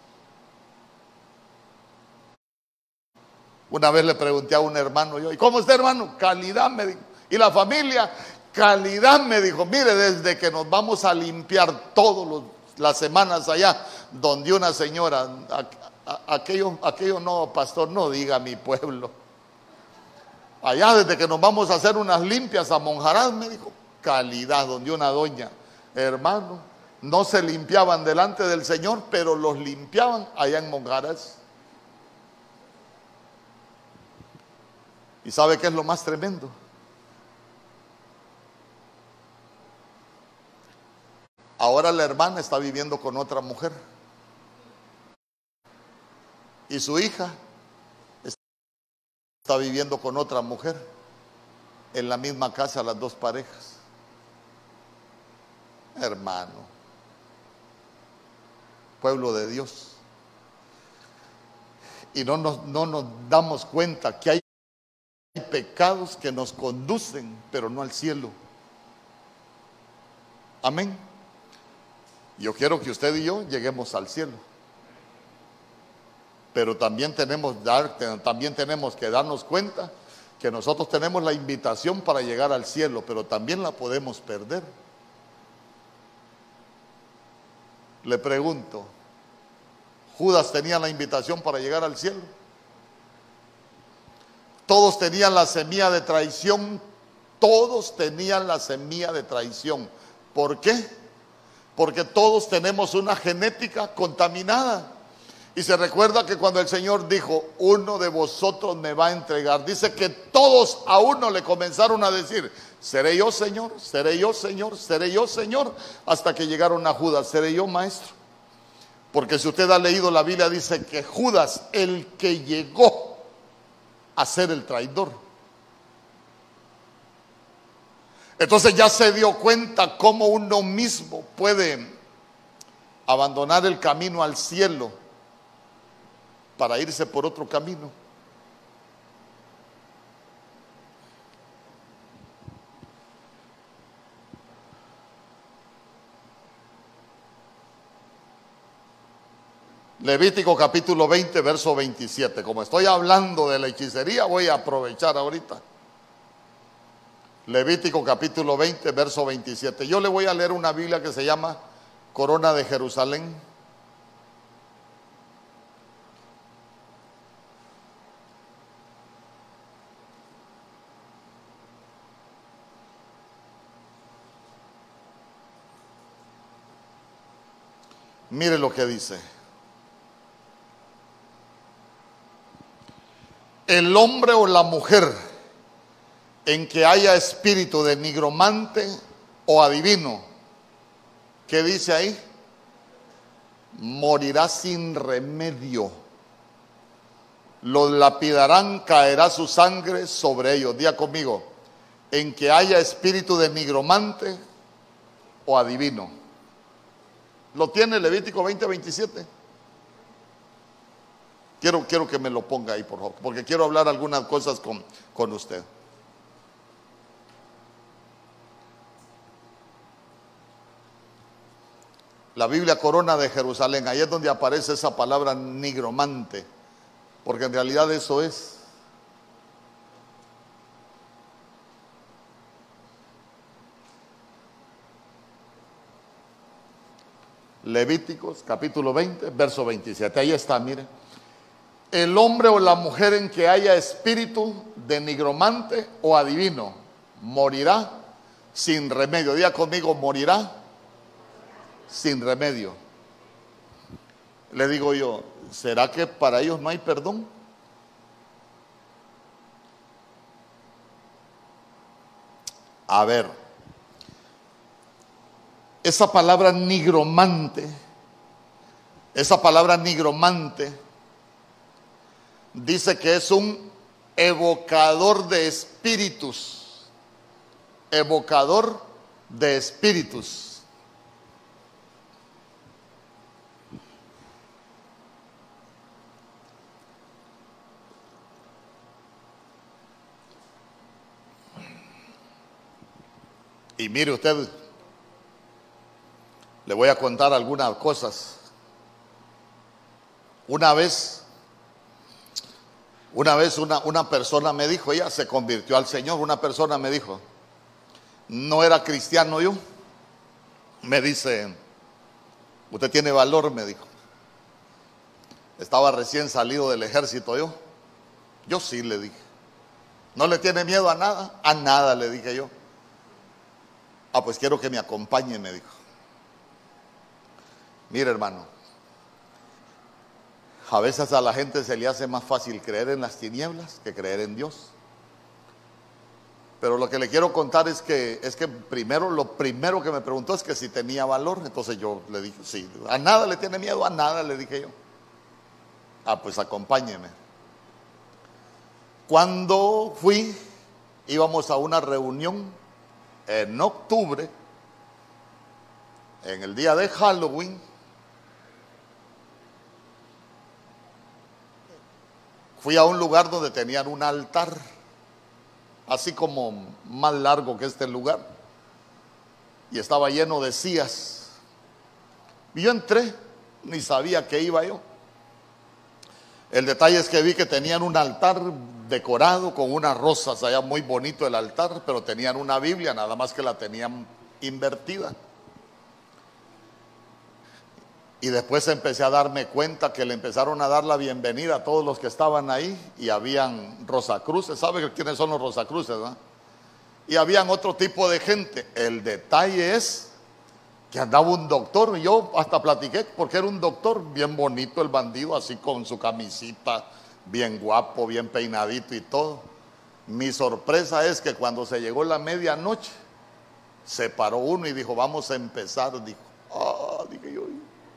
Una vez le pregunté a un hermano yo, ¿y cómo está, hermano? Calidad, me dijo. ¿Y la familia? Calidad, me dijo. Mire, desde que nos vamos a limpiar todas las semanas allá, donde una señora, aquello no, pastor, no diga mi pueblo. Allá desde que nos vamos a hacer unas limpias a Monjarás, me dijo, calidad, donde una doña, hermano, no se limpiaban delante del Señor, pero los limpiaban allá en Monjarás. ¿Y sabe qué es lo más tremendo? Ahora la hermana está viviendo con otra mujer. Y su hija está viviendo con otra mujer. En la misma casa las dos parejas. Hermano, pueblo de Dios. Y no nos damos cuenta que hay hay pecados que nos conducen, pero no al cielo. Amén. Yo quiero que usted y yo lleguemos al cielo. Pero también tenemos que darnos cuenta que nosotros tenemos la invitación para llegar al cielo, pero también la podemos perder. Le pregunto, ¿Judas tenía la invitación para llegar al cielo? Todos tenían la semilla de traición, todos tenían la semilla de traición. ¿Por qué? Porque todos tenemos una genética contaminada. Y se recuerda que cuando el Señor dijo, uno de vosotros me va a entregar, dice que todos a uno le comenzaron a decir, seré yo Señor, seré yo Señor, seré yo Señor, hasta que llegaron a Judas, seré yo Maestro. Porque si usted ha leído la Biblia, dice que Judas, el que llegó a ser el traidor. Entonces ya se dio cuenta cómo uno mismo puede abandonar el camino al cielo para irse por otro camino. Levítico capítulo 20, verso 27. Como estoy hablando de la hechicería, voy a aprovechar ahorita. Levítico capítulo 20, verso 27. Yo le voy a leer una Biblia que se llama Corona de Jerusalén. Mire lo que dice. El hombre o la mujer en que haya espíritu de nigromante o adivino, ¿qué dice ahí? Morirá sin remedio. Los lapidarán, caerá su sangre sobre ellos. Diga conmigo, en que haya espíritu de nigromante o adivino. ¿Lo tiene Levítico 20, 27? Quiero que me lo ponga ahí, por favor, porque quiero hablar algunas cosas con usted. La Biblia Corona de Jerusalén, ahí es donde aparece esa palabra nigromante, porque en realidad eso es. Levíticos capítulo 20, verso 27, ahí está, mire. El hombre o la mujer en que haya espíritu de nigromante o adivino morirá sin remedio. Diga conmigo, morirá sin remedio. Le digo yo, ¿será que para ellos no hay perdón? A ver, esa palabra nigromante dice que es un evocador de espíritus. Evocador de espíritus. Y mire usted, le voy a contar algunas cosas. Una vez una persona me dijo, ella se convirtió al Señor, una persona me dijo, no era cristiano yo, me dice, usted tiene valor, me dijo. Estaba recién salido del ejército yo sí, le dije. ¿No le tiene miedo a nada? A nada, le dije yo. Ah, pues quiero que me acompañe, me dijo. Mire, hermano, a veces a la gente se le hace más fácil creer en las tinieblas que creer en Dios. Pero lo que le quiero contar es que lo primero que me preguntó es que si tenía valor. Entonces yo le dije, sí, a nada le tiene miedo, a nada, le dije yo. Ah, pues acompáñeme. Cuando íbamos a una reunión en octubre, en el día de Halloween. Fui a un lugar donde tenían un altar así como más largo que este lugar, y estaba lleno de sillas. Y yo entré, ni sabía que iba yo. El detalle es que vi que tenían un altar decorado con unas rosas, allá muy bonito el altar, pero tenían una Biblia, nada más que la tenían invertida. Y después empecé a darme cuenta que le empezaron a dar la bienvenida a todos los que estaban ahí, y habían Rosacruces. ¿Sabe quiénes son los Rosacruces, no? Y habían otro tipo de gente. El detalle es que andaba un doctor, y yo hasta platiqué porque era un doctor bien bonito el bandido, así con su camisita, bien guapo, bien peinadito y todo. Mi sorpresa es que cuando se llegó la medianoche, se paró uno y dijo, vamos a empezar. Dijo, dije yo.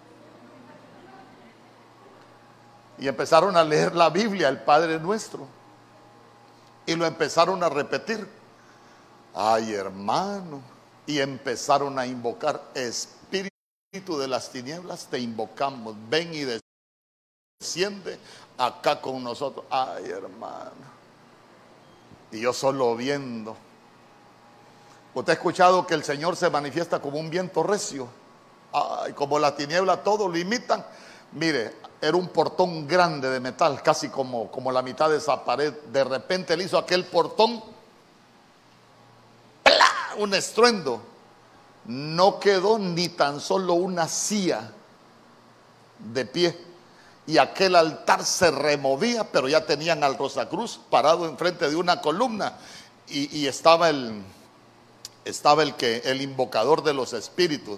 Y empezaron a leer la Biblia, el Padre Nuestro, y lo empezaron a repetir. Ay, hermano, y empezaron a invocar: espíritu de las tinieblas, te invocamos, ven y desciende acá con nosotros. Ay, hermano, y yo solo viendo. Usted ha escuchado que el Señor se manifiesta como un viento recio. Ay, como la tiniebla todo lo imitan. Mire, era un portón grande de metal, casi como la mitad de esa pared. De repente él hizo aquel portón, ¡plá!, un estruendo. No quedó ni tan solo una silla de pie, y aquel altar se removía, pero ya tenían al Rosacruz parado enfrente de una columna, y estaba el invocador de los espíritus.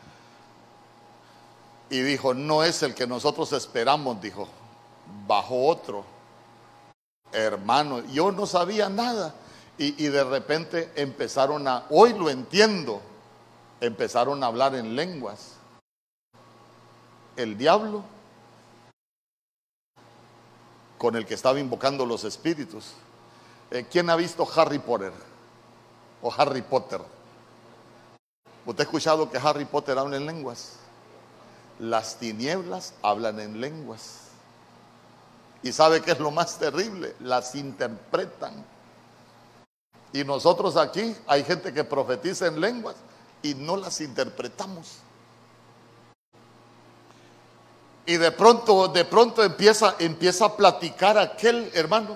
Y dijo, no es el que nosotros esperamos, dijo, bajó otro. Hermano, yo no sabía nada, y de repente empezaron hoy lo entiendo, empezaron a hablar en lenguas. El diablo con el que estaba invocando los espíritus. ¿Quién ha visto Harry Potter o Harry Potter? ¿Usted ha escuchado que Harry Potter habla en lenguas? Las tinieblas hablan en lenguas. ¿Y sabe qué es lo más terrible? Las interpretan. Y nosotros aquí hay gente que profetiza en lenguas y no las interpretamos. Y de pronto empieza a platicar aquel hermano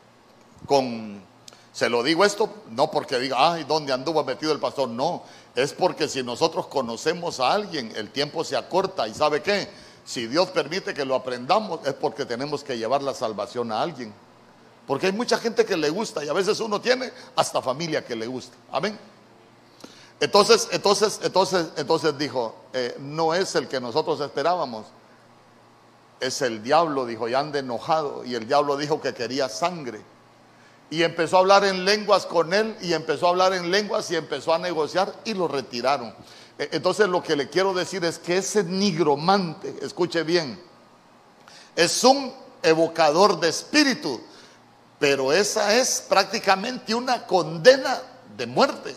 se lo digo esto no porque diga, ay, ¿dónde anduvo metido el pastor? No, es porque si nosotros conocemos a alguien, el tiempo se acorta, y ¿sabe qué? Si Dios permite que lo aprendamos, es porque tenemos que llevar la salvación a alguien. Porque hay mucha gente que le gusta, y a veces uno tiene hasta familia que le gusta. Amén. Entonces dijo, no es el que nosotros esperábamos, es el diablo, dijo, y anda enojado. Y el diablo dijo que quería sangre. Y empezó a hablar en lenguas con él, y empezó a hablar en lenguas, y empezó a negociar, y lo retiraron. Entonces lo que le quiero decir es que ese nigromante, escuche bien, es un evocador de espíritu, pero esa es prácticamente una condena de muerte.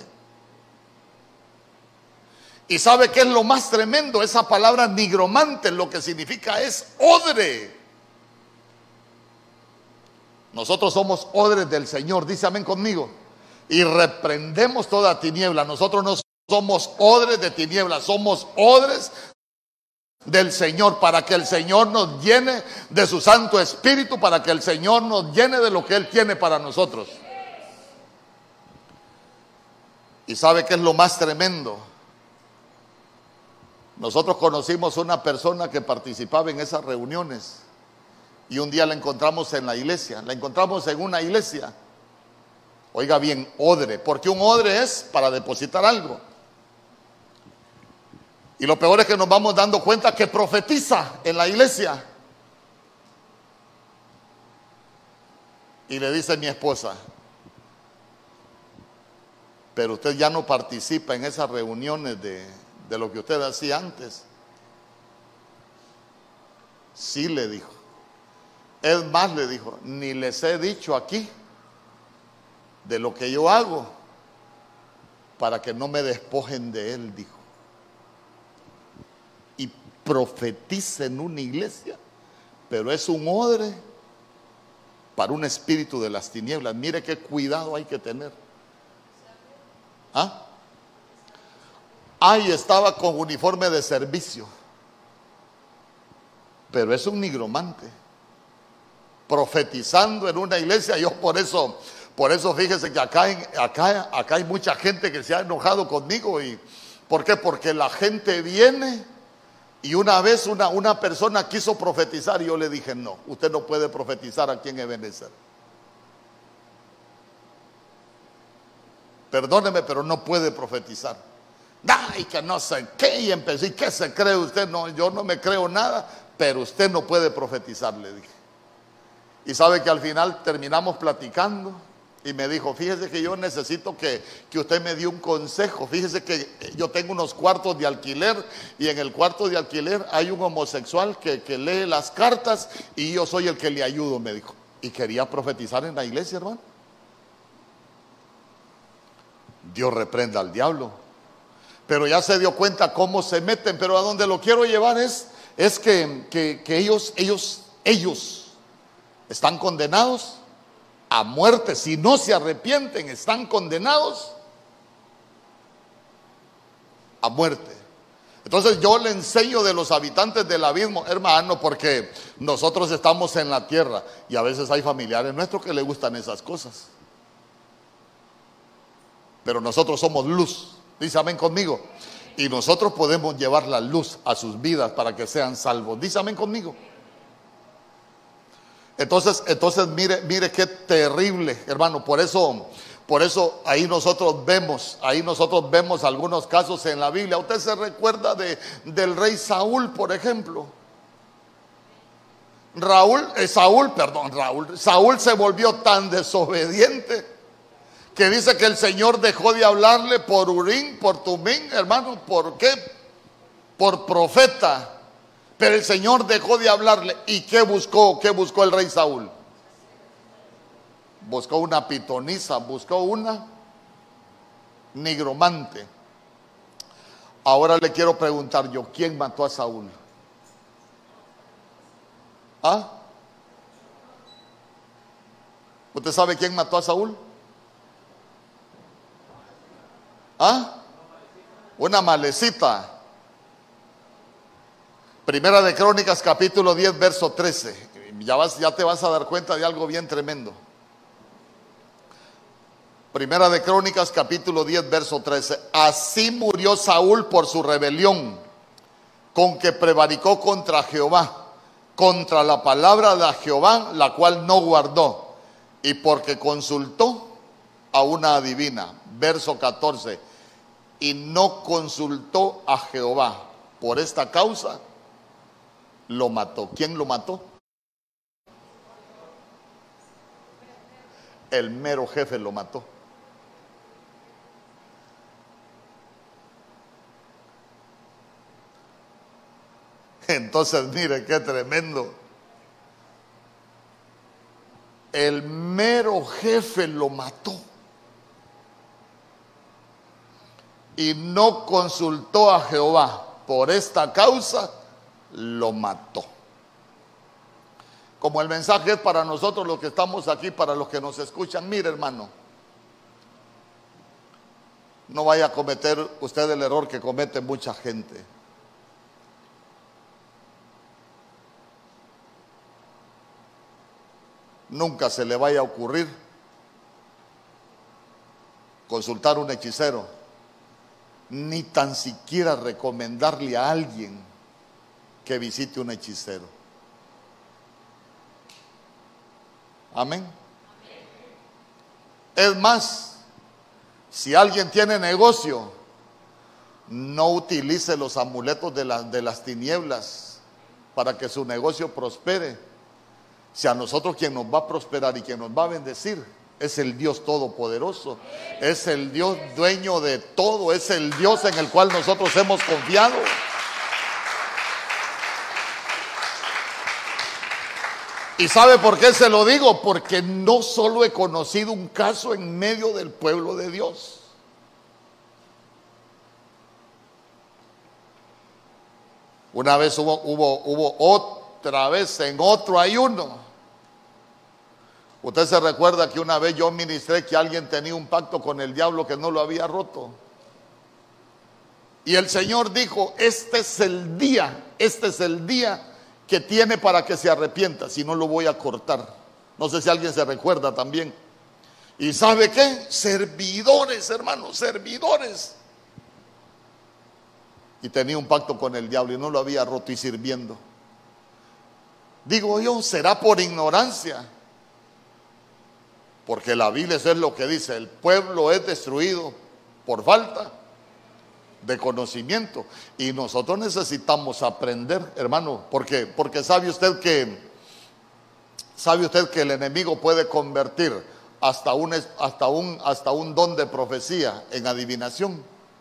¿Y sabe qué es lo más tremendo? Esa palabra nigromante lo que significa es odre. Nosotros somos odres del Señor, dice amén conmigo. Y reprendemos toda tiniebla. Nosotros no somos odres de tinieblas, somos odres del Señor, para que el Señor nos llene de su Santo Espíritu, para que el Señor nos llene de lo que Él tiene para nosotros. ¿Y sabe qué es lo más tremendo? Nosotros conocimos una persona que participaba en esas reuniones, y un día la encontramos en la iglesia, la encontramos en una iglesia. Oiga bien, odre, porque un odre es para depositar algo. Y lo peor es que nos vamos dando cuenta que profetiza en la iglesia. Y le dice mi esposa, pero usted ya no participa en esas reuniones de lo que usted hacía antes. Sí, le dijo. Es más, le dijo, ni les he dicho aquí de lo que yo hago para que no me despojen de él, dijo. Y profetiza en una iglesia, pero es un odre para un espíritu de las tinieblas. Mire qué cuidado hay que tener. ¿Ah? Ahí estaba con uniforme de servicio, pero es un nigromante profetizando en una iglesia. Yo por eso fíjese que acá hay mucha gente que se ha enojado conmigo. ¿Y por qué? Porque la gente viene y una vez una persona quiso profetizar y yo le dije: no, usted no puede profetizar aquí en Ebenezer. Perdóneme, pero no puede profetizar. Ay, que no sé qué. Y empecé: ¿y qué se cree usted? No, yo no me creo nada, pero usted no puede profetizar, le dije. Y sabe que al final terminamos platicando y me dijo: fíjese que yo necesito que usted me dé un consejo. Fíjese que yo tengo unos cuartos de alquiler y en el cuarto de alquiler hay un homosexual que lee las cartas y yo soy el que le ayudo, me dijo. Y quería profetizar en la iglesia, hermano. Dios reprenda al diablo. Pero ya se dio cuenta cómo se meten. Pero a donde lo quiero llevar es que ellos están condenados a muerte. Si no se arrepienten, están condenados a muerte. Entonces yo le enseño de los habitantes del abismo, hermano, porque nosotros estamos en la tierra y a veces hay familiares nuestros que les gustan esas cosas. Pero nosotros somos luz. Dice amén conmigo. Y nosotros podemos llevar la luz a sus vidas para que sean salvos. Dice amén conmigo. Entonces mire qué terrible, hermano. Por eso ahí nosotros vemos algunos casos en la Biblia. Usted se recuerda del rey Saúl, por ejemplo. Saúl se volvió tan desobediente que dice que el Señor dejó de hablarle por Urim, por Tumín, hermano. ¿Por qué? Por profeta. Pero el Señor dejó de hablarle. ¿Y qué buscó? ¿Qué buscó el rey Saúl? Buscó una pitonisa, buscó una nigromante. Ahora le quiero preguntar yo: ¿quién mató a Saúl? ¿Ah? ¿Usted sabe quién mató a Saúl? ¿Ah? Una malecita. Primera de Crónicas, capítulo 10, verso 13. Ya te vas a dar cuenta de algo bien tremendo. Primera de Crónicas, capítulo 10, verso 13. Así murió Saúl por su rebelión, con que prevaricó contra Jehová, contra la palabra de Jehová, la cual no guardó, y porque consultó a una adivina. Verso 14. Y no consultó a Jehová. Por esta causa lo mató. ¿Quién lo mató? El mero jefe lo mató. Entonces mire qué tremendo. El mero jefe lo mató. Y no consultó a Jehová. Por esta causa lo mató. Como el mensaje es para nosotros los que estamos aquí, para los que nos escuchan, mire, hermano, no vaya a cometer usted el error que comete mucha gente. Nunca se le vaya a ocurrir consultar a un hechicero, ni tan siquiera recomendarle a alguien que visite un hechicero. Amén. Es más, si alguien tiene negocio, no utilice los amuletos de las tinieblas para que su negocio prospere. Si a nosotros quien nos va a prosperar y quien nos va a bendecir es el Dios Todopoderoso, es el Dios dueño de todo, es el Dios en el cual nosotros hemos confiado. ¿Y sabe por qué se lo digo? Porque no solo he conocido un caso en medio del pueblo de Dios. Una vez hubo otra vez en otro ayuno. Usted se recuerda que una vez yo ministré que alguien tenía un pacto con el diablo que no lo había roto. Y el Señor dijo, este es el día que tiene para que se arrepienta, si no lo voy a cortar. No sé si alguien se recuerda también. ¿Y sabe qué? Servidores, hermanos, servidores. Y tenía un pacto con el diablo y no lo había roto y sirviendo. Digo yo, ¿será por ignorancia? Porque la Biblia es lo que dice, el pueblo es destruido por falta de conocimiento. Y nosotros necesitamos aprender, hermano, porque sabe usted que el enemigo puede convertir hasta un don de profecía en adivinación.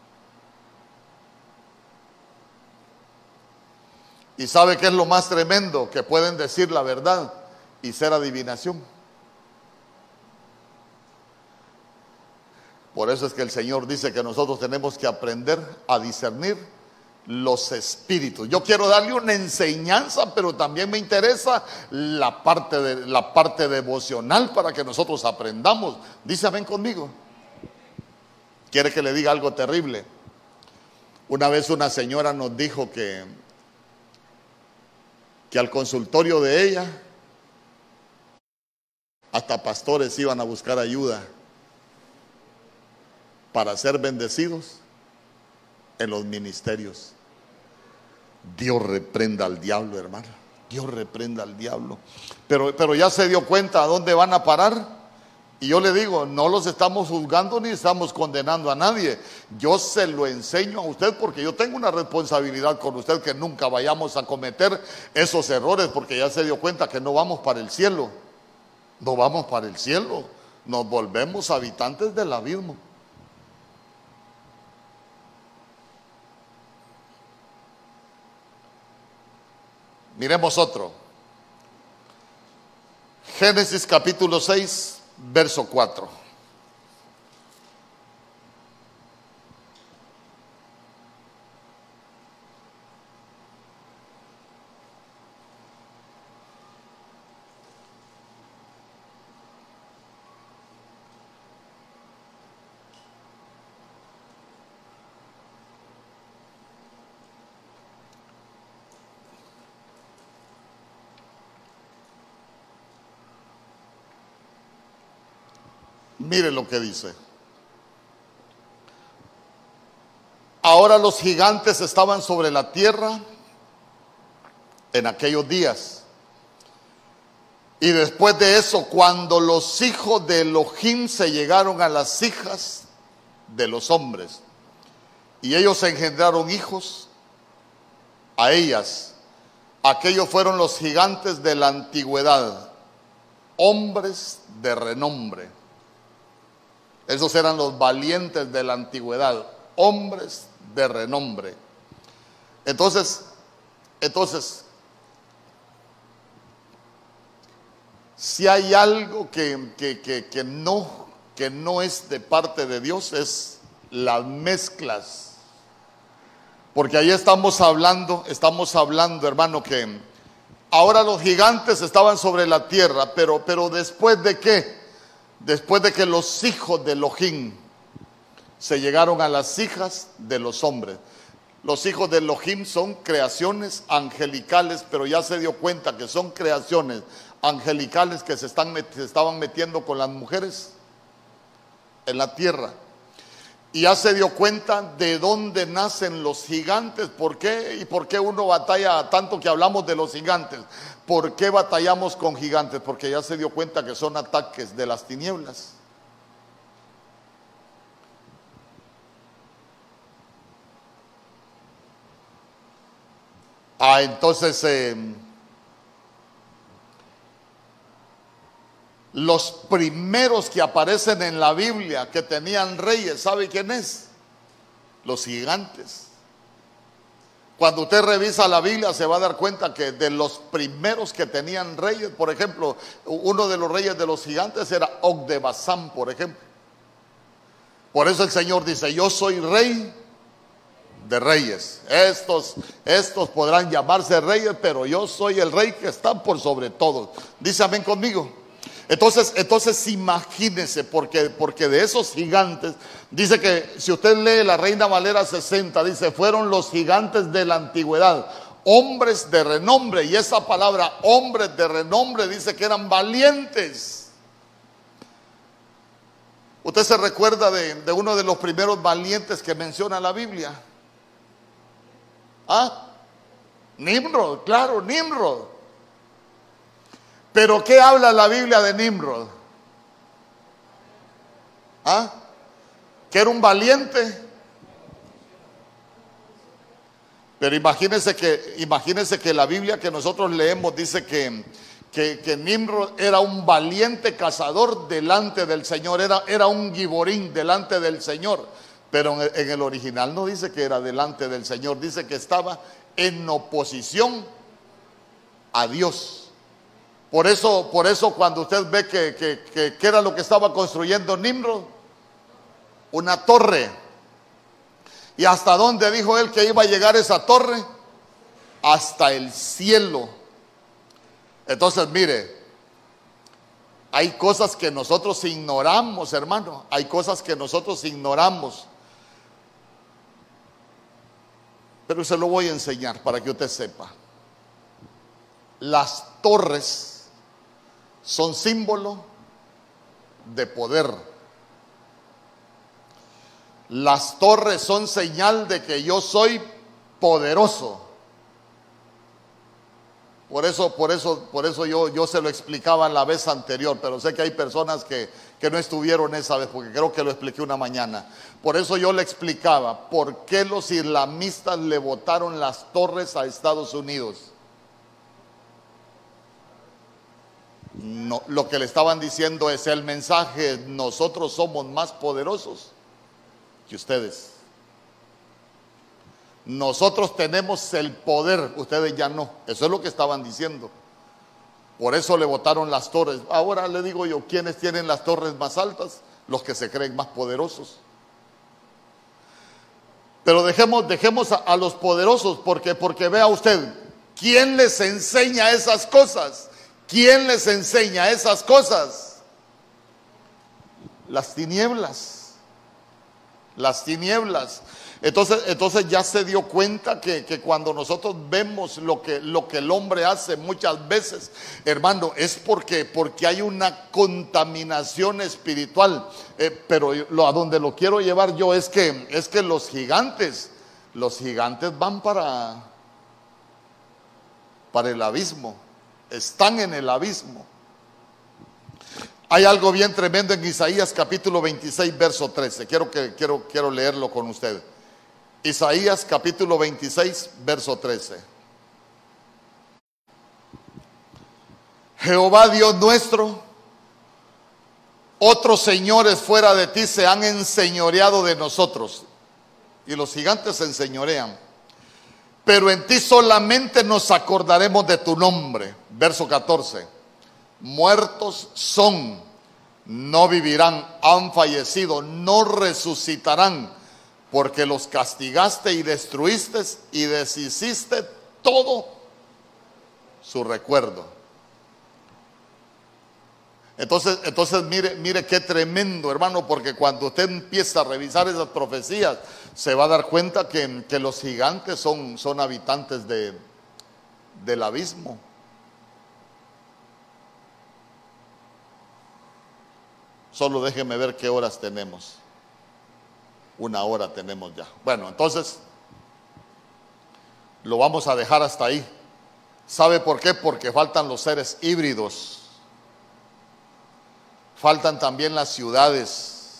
Y sabe que es lo más tremendo, que pueden decir la verdad y ser adivinación. Por eso es que el Señor dice que nosotros tenemos que aprender a discernir los espíritus. Yo quiero darle una enseñanza, pero también me interesa la parte devocional para que nosotros aprendamos. Dice amén conmigo. ¿Quiere que le diga algo terrible? Una vez una señora nos dijo que al consultorio de ella hasta pastores iban a buscar ayuda para ser bendecidos en los ministerios. Dios reprenda al diablo, hermano. Dios reprenda al diablo. Pero ya se dio cuenta a dónde van a parar. Y yo le digo, no los estamos juzgando ni estamos condenando a nadie. Yo se lo enseño a usted porque yo tengo una responsabilidad con usted, que nunca vayamos a cometer esos errores, porque ya se dio cuenta que no vamos para el cielo. No vamos para el cielo. Nos volvemos habitantes del abismo. Miremos otro. Génesis capítulo 6, verso 4. Mire lo que dice. Ahora los gigantes estaban sobre la tierra en aquellos días. Y después de eso, cuando los hijos de Elohim se llegaron a las hijas de los hombres, y ellos engendraron hijos a ellas, aquellos fueron los gigantes de la antigüedad, hombres de renombre. Esos eran los valientes de la antigüedad, hombres de renombre. Entonces, si hay algo que no es de parte de Dios, es las mezclas. Porque ahí estamos hablando, hermano, que ahora los gigantes estaban sobre la tierra, pero ¿después de qué? Después de que los hijos de Elohim se llegaron a las hijas de los hombres. Los hijos de Elohim son creaciones angelicales, pero ya se dio cuenta que son creaciones angelicales que se estaban metiendo con las mujeres en la tierra. Y ya se dio cuenta de dónde nacen los gigantes. ¿Por qué? ¿Y por qué uno batalla tanto que hablamos de los gigantes? ¿Por qué batallamos con gigantes? Porque ya se dio cuenta que son ataques de las tinieblas. Entonces, los primeros que aparecen en la Biblia que tenían reyes, ¿sabe quién es? Los gigantes. Cuando usted revisa la Biblia se va a dar cuenta que de los primeros que tenían reyes, por ejemplo, uno de los reyes de los gigantes era Og de Basán, por ejemplo. Por eso el Señor dice, yo soy rey de reyes. Estos podrán llamarse reyes, pero yo soy el rey que está por sobre todos. Dice amén conmigo. Entonces imagínense, porque de esos gigantes, dice que si usted lee la Reina Valera 60, dice, fueron los gigantes de la antigüedad, hombres de renombre, y esa palabra hombres de renombre dice que eran valientes. ¿Usted se recuerda de uno de los primeros valientes que menciona la Biblia? ¿Ah? Nimrod, claro, Nimrod. Pero ¿qué habla la Biblia de Nimrod? ¿Ah? Que era un valiente. Pero imagínense que la Biblia que nosotros leemos dice que Nimrod era un valiente cazador delante del Señor, era un giborín delante del Señor. Pero en el original no dice que era delante del Señor, dice que estaba en oposición a Dios. Por eso cuando usted ve que era lo que estaba construyendo Nimrod, una torre. ¿Y hasta dónde dijo él que iba a llegar esa torre? Hasta el cielo. Entonces, mire, hay cosas que nosotros ignoramos, hermano. Hay cosas que nosotros ignoramos. Pero se lo voy a enseñar para que usted sepa. Las torres son símbolo de poder. Las torres son señal de que yo soy poderoso. Por eso yo se lo explicaba la vez anterior, pero sé que hay personas que no estuvieron esa vez, porque creo que lo expliqué una mañana. Por eso yo le explicaba por qué los islamistas le botaron las torres a Estados Unidos. No, lo que le estaban diciendo es el mensaje: nosotros somos más poderosos que ustedes. Nosotros tenemos el poder, ustedes ya no. Eso es lo que estaban diciendo. Por eso le botaron las torres. Ahora le digo yo, ¿quiénes tienen las torres más altas? Los que se creen más poderosos. Pero dejemos a los poderosos, porque vea usted, ¿quién les enseña esas cosas? ¿Quién les enseña esas cosas? Las tinieblas. Las tinieblas. Entonces ya se dio cuenta que cuando nosotros vemos lo que el hombre hace muchas veces, hermano, es porque hay una contaminación espiritual. Pero a donde lo quiero llevar yo es que los gigantes van para el abismo. Están en el abismo. Hay algo bien tremendo en Isaías capítulo 26 verso 13. Quiero leerlo con usted. Isaías capítulo 26 verso 13. Jehová Dios nuestro, otros señores fuera de ti se han enseñoreado de nosotros. Y los gigantes se enseñorean. Pero en ti solamente nos acordaremos de tu nombre. Verso 14. Muertos son, no vivirán, han fallecido, no resucitarán, porque los castigaste y destruiste y deshiciste todo su recuerdo. Entonces mire qué tremendo, hermano, porque cuando usted empieza a revisar esas profecías, se va a dar cuenta que los gigantes son habitantes del abismo. Solo déjeme ver qué horas tenemos. 1 hora tenemos ya. Bueno, entonces lo vamos a dejar hasta ahí. ¿Sabe por qué? Porque faltan los seres híbridos. Faltan también las ciudades.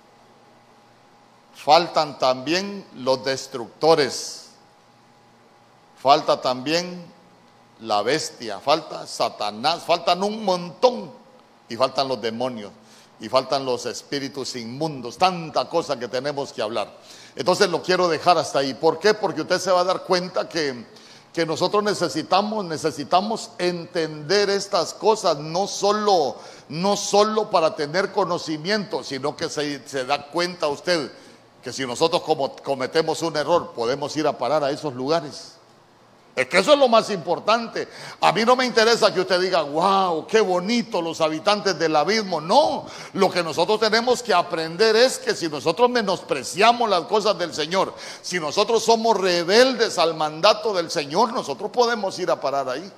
Faltan también los destructores. Falta también la bestia. Falta Satanás. Faltan un montón. Y faltan los demonios. Y faltan los espíritus inmundos. Tanta cosa que tenemos que hablar. Entonces lo quiero dejar hasta ahí. ¿Por qué? Porque usted se va a dar cuenta que nosotros necesitamos entender estas cosas, no solo para tener conocimiento, sino que se da cuenta usted que si nosotros cometemos un error, podemos ir a parar a esos lugares. Es que eso es lo más importante. A mí no me interesa que usted diga, wow, qué bonito los habitantes del abismo. No, lo que nosotros tenemos que aprender es que si nosotros menospreciamos las cosas del Señor, si nosotros somos rebeldes al mandato del Señor, nosotros podemos ir a parar ahí.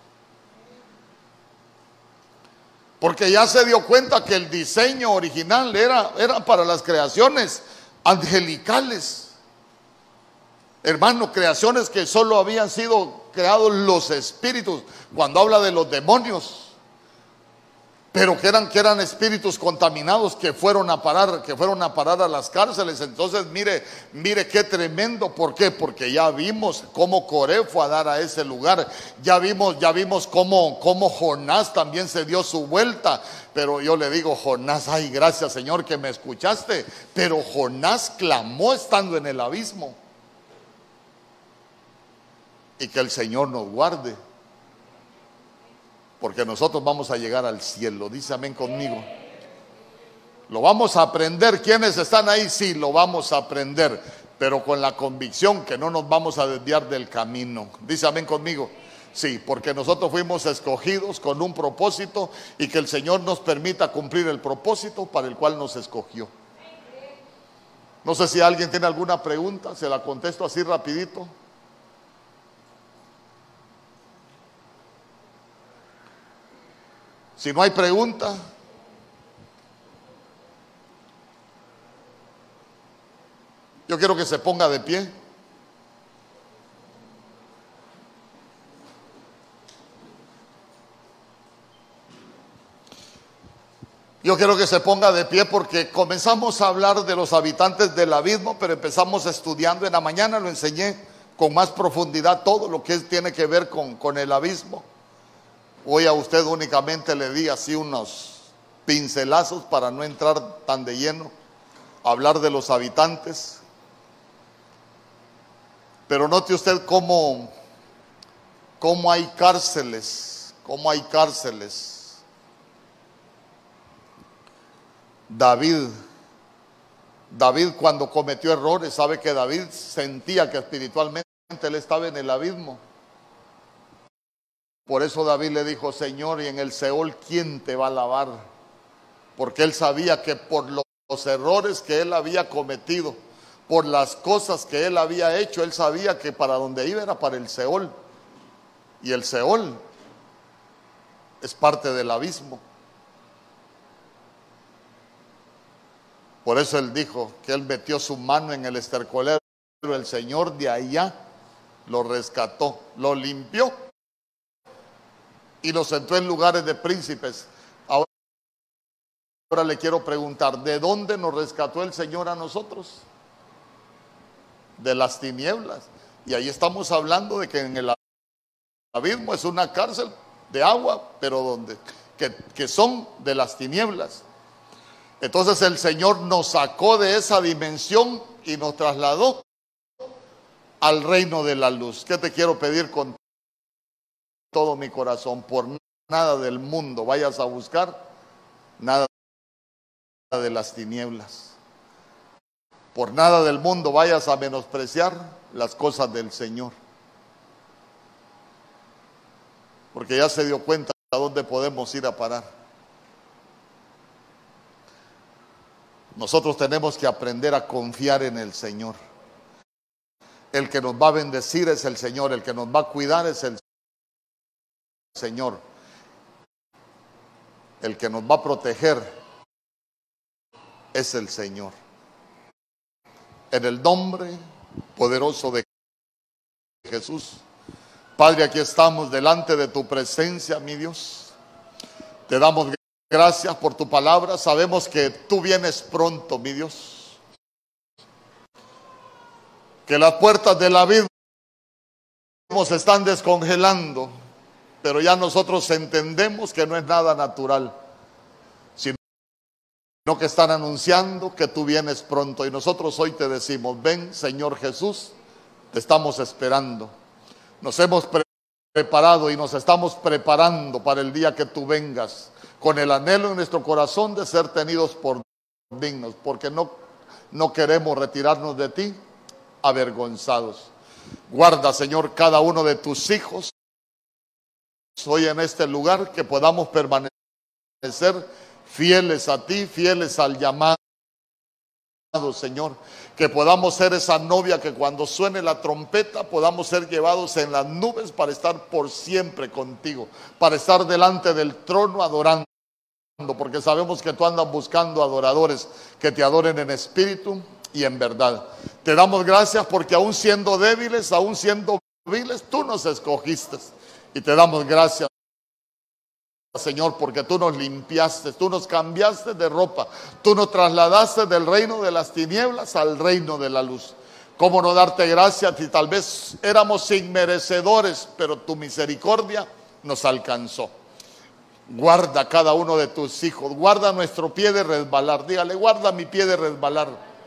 Porque ya se dio cuenta que el diseño original era para las creaciones angelicales. Hermano, creaciones que solo habían sido creados los espíritus, cuando habla de los demonios, pero que eran espíritus contaminados que fueron a parar a las cárceles. Entonces mire qué tremendo. ¿Por qué? Porque ya vimos cómo Coré fue a dar a ese lugar, ya vimos cómo Jonás también se dio su vuelta. Pero yo le digo, Jonás, ay, gracias Señor que me escuchaste, pero Jonás clamó estando en el abismo. Y que el Señor nos guarde, porque nosotros vamos a llegar al cielo. Dice amén conmigo. Lo vamos a aprender. ¿Quiénes están ahí? Sí, lo vamos a aprender, pero con la convicción que no nos vamos a desviar del camino. Dice amén conmigo. Sí, porque nosotros fuimos escogidos con un propósito, y que el Señor nos permita cumplir el propósito para el cual nos escogió. No sé si alguien tiene alguna pregunta, se la contesto así rapidito. Si no hay pregunta, yo quiero que se ponga de pie. Yo quiero que se ponga de pie porque comenzamos a hablar de los habitantes del abismo, pero empezamos estudiando. En la mañana lo enseñé con más profundidad todo lo que tiene que ver con el abismo. Hoy a usted únicamente le di así unos pincelazos para no entrar tan de lleno a hablar de los habitantes. Pero note usted cómo hay cárceles, David cuando cometió errores, sabe que David sentía que espiritualmente él estaba en el abismo. Por eso David le dijo, Señor, y en el Seol, ¿quién te va a lavar? Porque él sabía que por los errores que él había cometido, por las cosas que él había hecho, él sabía que para donde iba era para el Seol. Y el Seol es parte del abismo. Por eso él dijo que él metió su mano en el estercolero, el Señor de allá lo rescató, lo limpió y lo sentó en lugares de príncipes. Ahora le quiero preguntar, ¿de dónde nos rescató el Señor a nosotros? De las tinieblas. Y ahí estamos hablando de que en el abismo es una cárcel de agua, pero que son de las tinieblas. Entonces el Señor nos sacó de esa dimensión y nos trasladó al reino de la luz. ¿Qué te quiero pedir con todo mi corazón? Por nada del mundo vayas a buscar nada de las tinieblas. Por nada del mundo vayas a menospreciar las cosas del Señor. Porque ya se dio cuenta a dónde podemos ir a parar. Nosotros tenemos que aprender a confiar en el Señor. El que nos va a bendecir es el Señor, el que nos va a cuidar es el Señor. El que nos va a proteger es el Señor. En el nombre poderoso de Jesús. Padre, aquí estamos delante de tu presencia, mi Dios. Te damos gracias por tu palabra. Sabemos que tú vienes pronto, mi Dios. Que las puertas del abismo se están descongelando, pero ya nosotros entendemos que no es nada natural, sino que están anunciando que tú vienes pronto. Y nosotros hoy te decimos, ven Señor Jesús, te estamos esperando. Nos hemos preparado y nos estamos preparando para el día que tú vengas, con el anhelo en nuestro corazón de ser tenidos por dignos, porque no queremos retirarnos de ti avergonzados. Guarda, Señor, cada uno de tus hijos hoy en este lugar, que podamos permanecer fieles a ti, fieles al llamado, Señor, que podamos ser esa novia que cuando suene la trompeta podamos ser llevados en las nubes para estar por siempre contigo, para estar delante del trono adorando, porque sabemos que tú andas buscando adoradores que te adoren en espíritu y en verdad. Te damos gracias porque aún siendo débiles, aún siendo viles, tú nos escogiste, y te damos gracias, Señor, porque tú nos limpiaste, tú nos cambiaste de ropa, tú nos trasladaste del reino de las tinieblas al reino de la luz. ¿Cómo no darte gracias si tal vez éramos inmerecedores, pero tu misericordia nos alcanzó? Guarda cada uno de tus hijos, guarda nuestro pie de resbalar. Dígale: guarda mi pie de resbalar.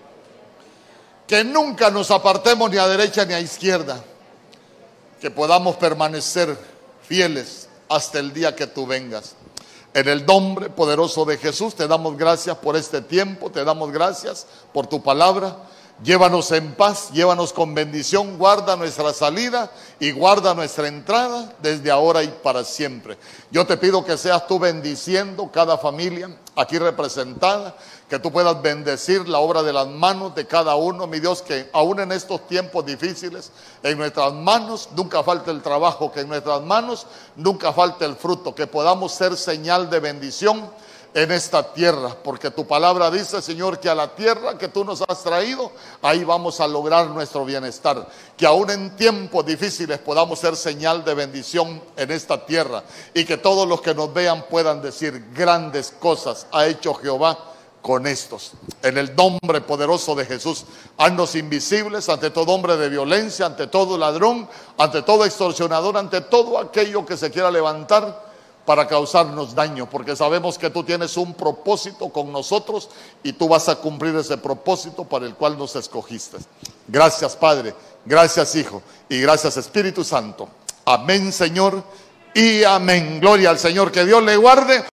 Que nunca nos apartemos ni a derecha ni a izquierda, que podamos permanecer fieles hasta el día que tú vengas. En el nombre poderoso de Jesús te damos gracias por este tiempo, te damos gracias por tu palabra. Llévanos en paz, llévanos con bendición, guarda nuestra salida y guarda nuestra entrada desde ahora y para siempre. Yo te pido que seas tú bendiciendo cada familia aquí representada, que tú puedas bendecir la obra de las manos de cada uno, mi Dios, que aún en estos tiempos difíciles, en nuestras manos nunca falte el trabajo, que en nuestras manos nunca falte el fruto, que podamos ser señal de bendición en esta tierra, porque tu palabra dice, Señor, que a la tierra que tú nos has traído, ahí vamos a lograr nuestro bienestar, que aún en tiempos difíciles podamos ser señal de bendición en esta tierra, y que todos los que nos vean puedan decir: grandes cosas ha hecho Jehová con estos. En el nombre poderoso de Jesús, haznos invisibles ante todo hombre de violencia, ante todo ladrón, ante todo extorsionador, ante todo aquello que se quiera levantar para causarnos daño, porque sabemos que tú tienes un propósito con nosotros y tú vas a cumplir ese propósito para el cual nos escogiste. Gracias, Padre, gracias, Hijo, y gracias, Espíritu Santo. Amén, Señor, y amén. Gloria al Señor. Que Dios le guarde.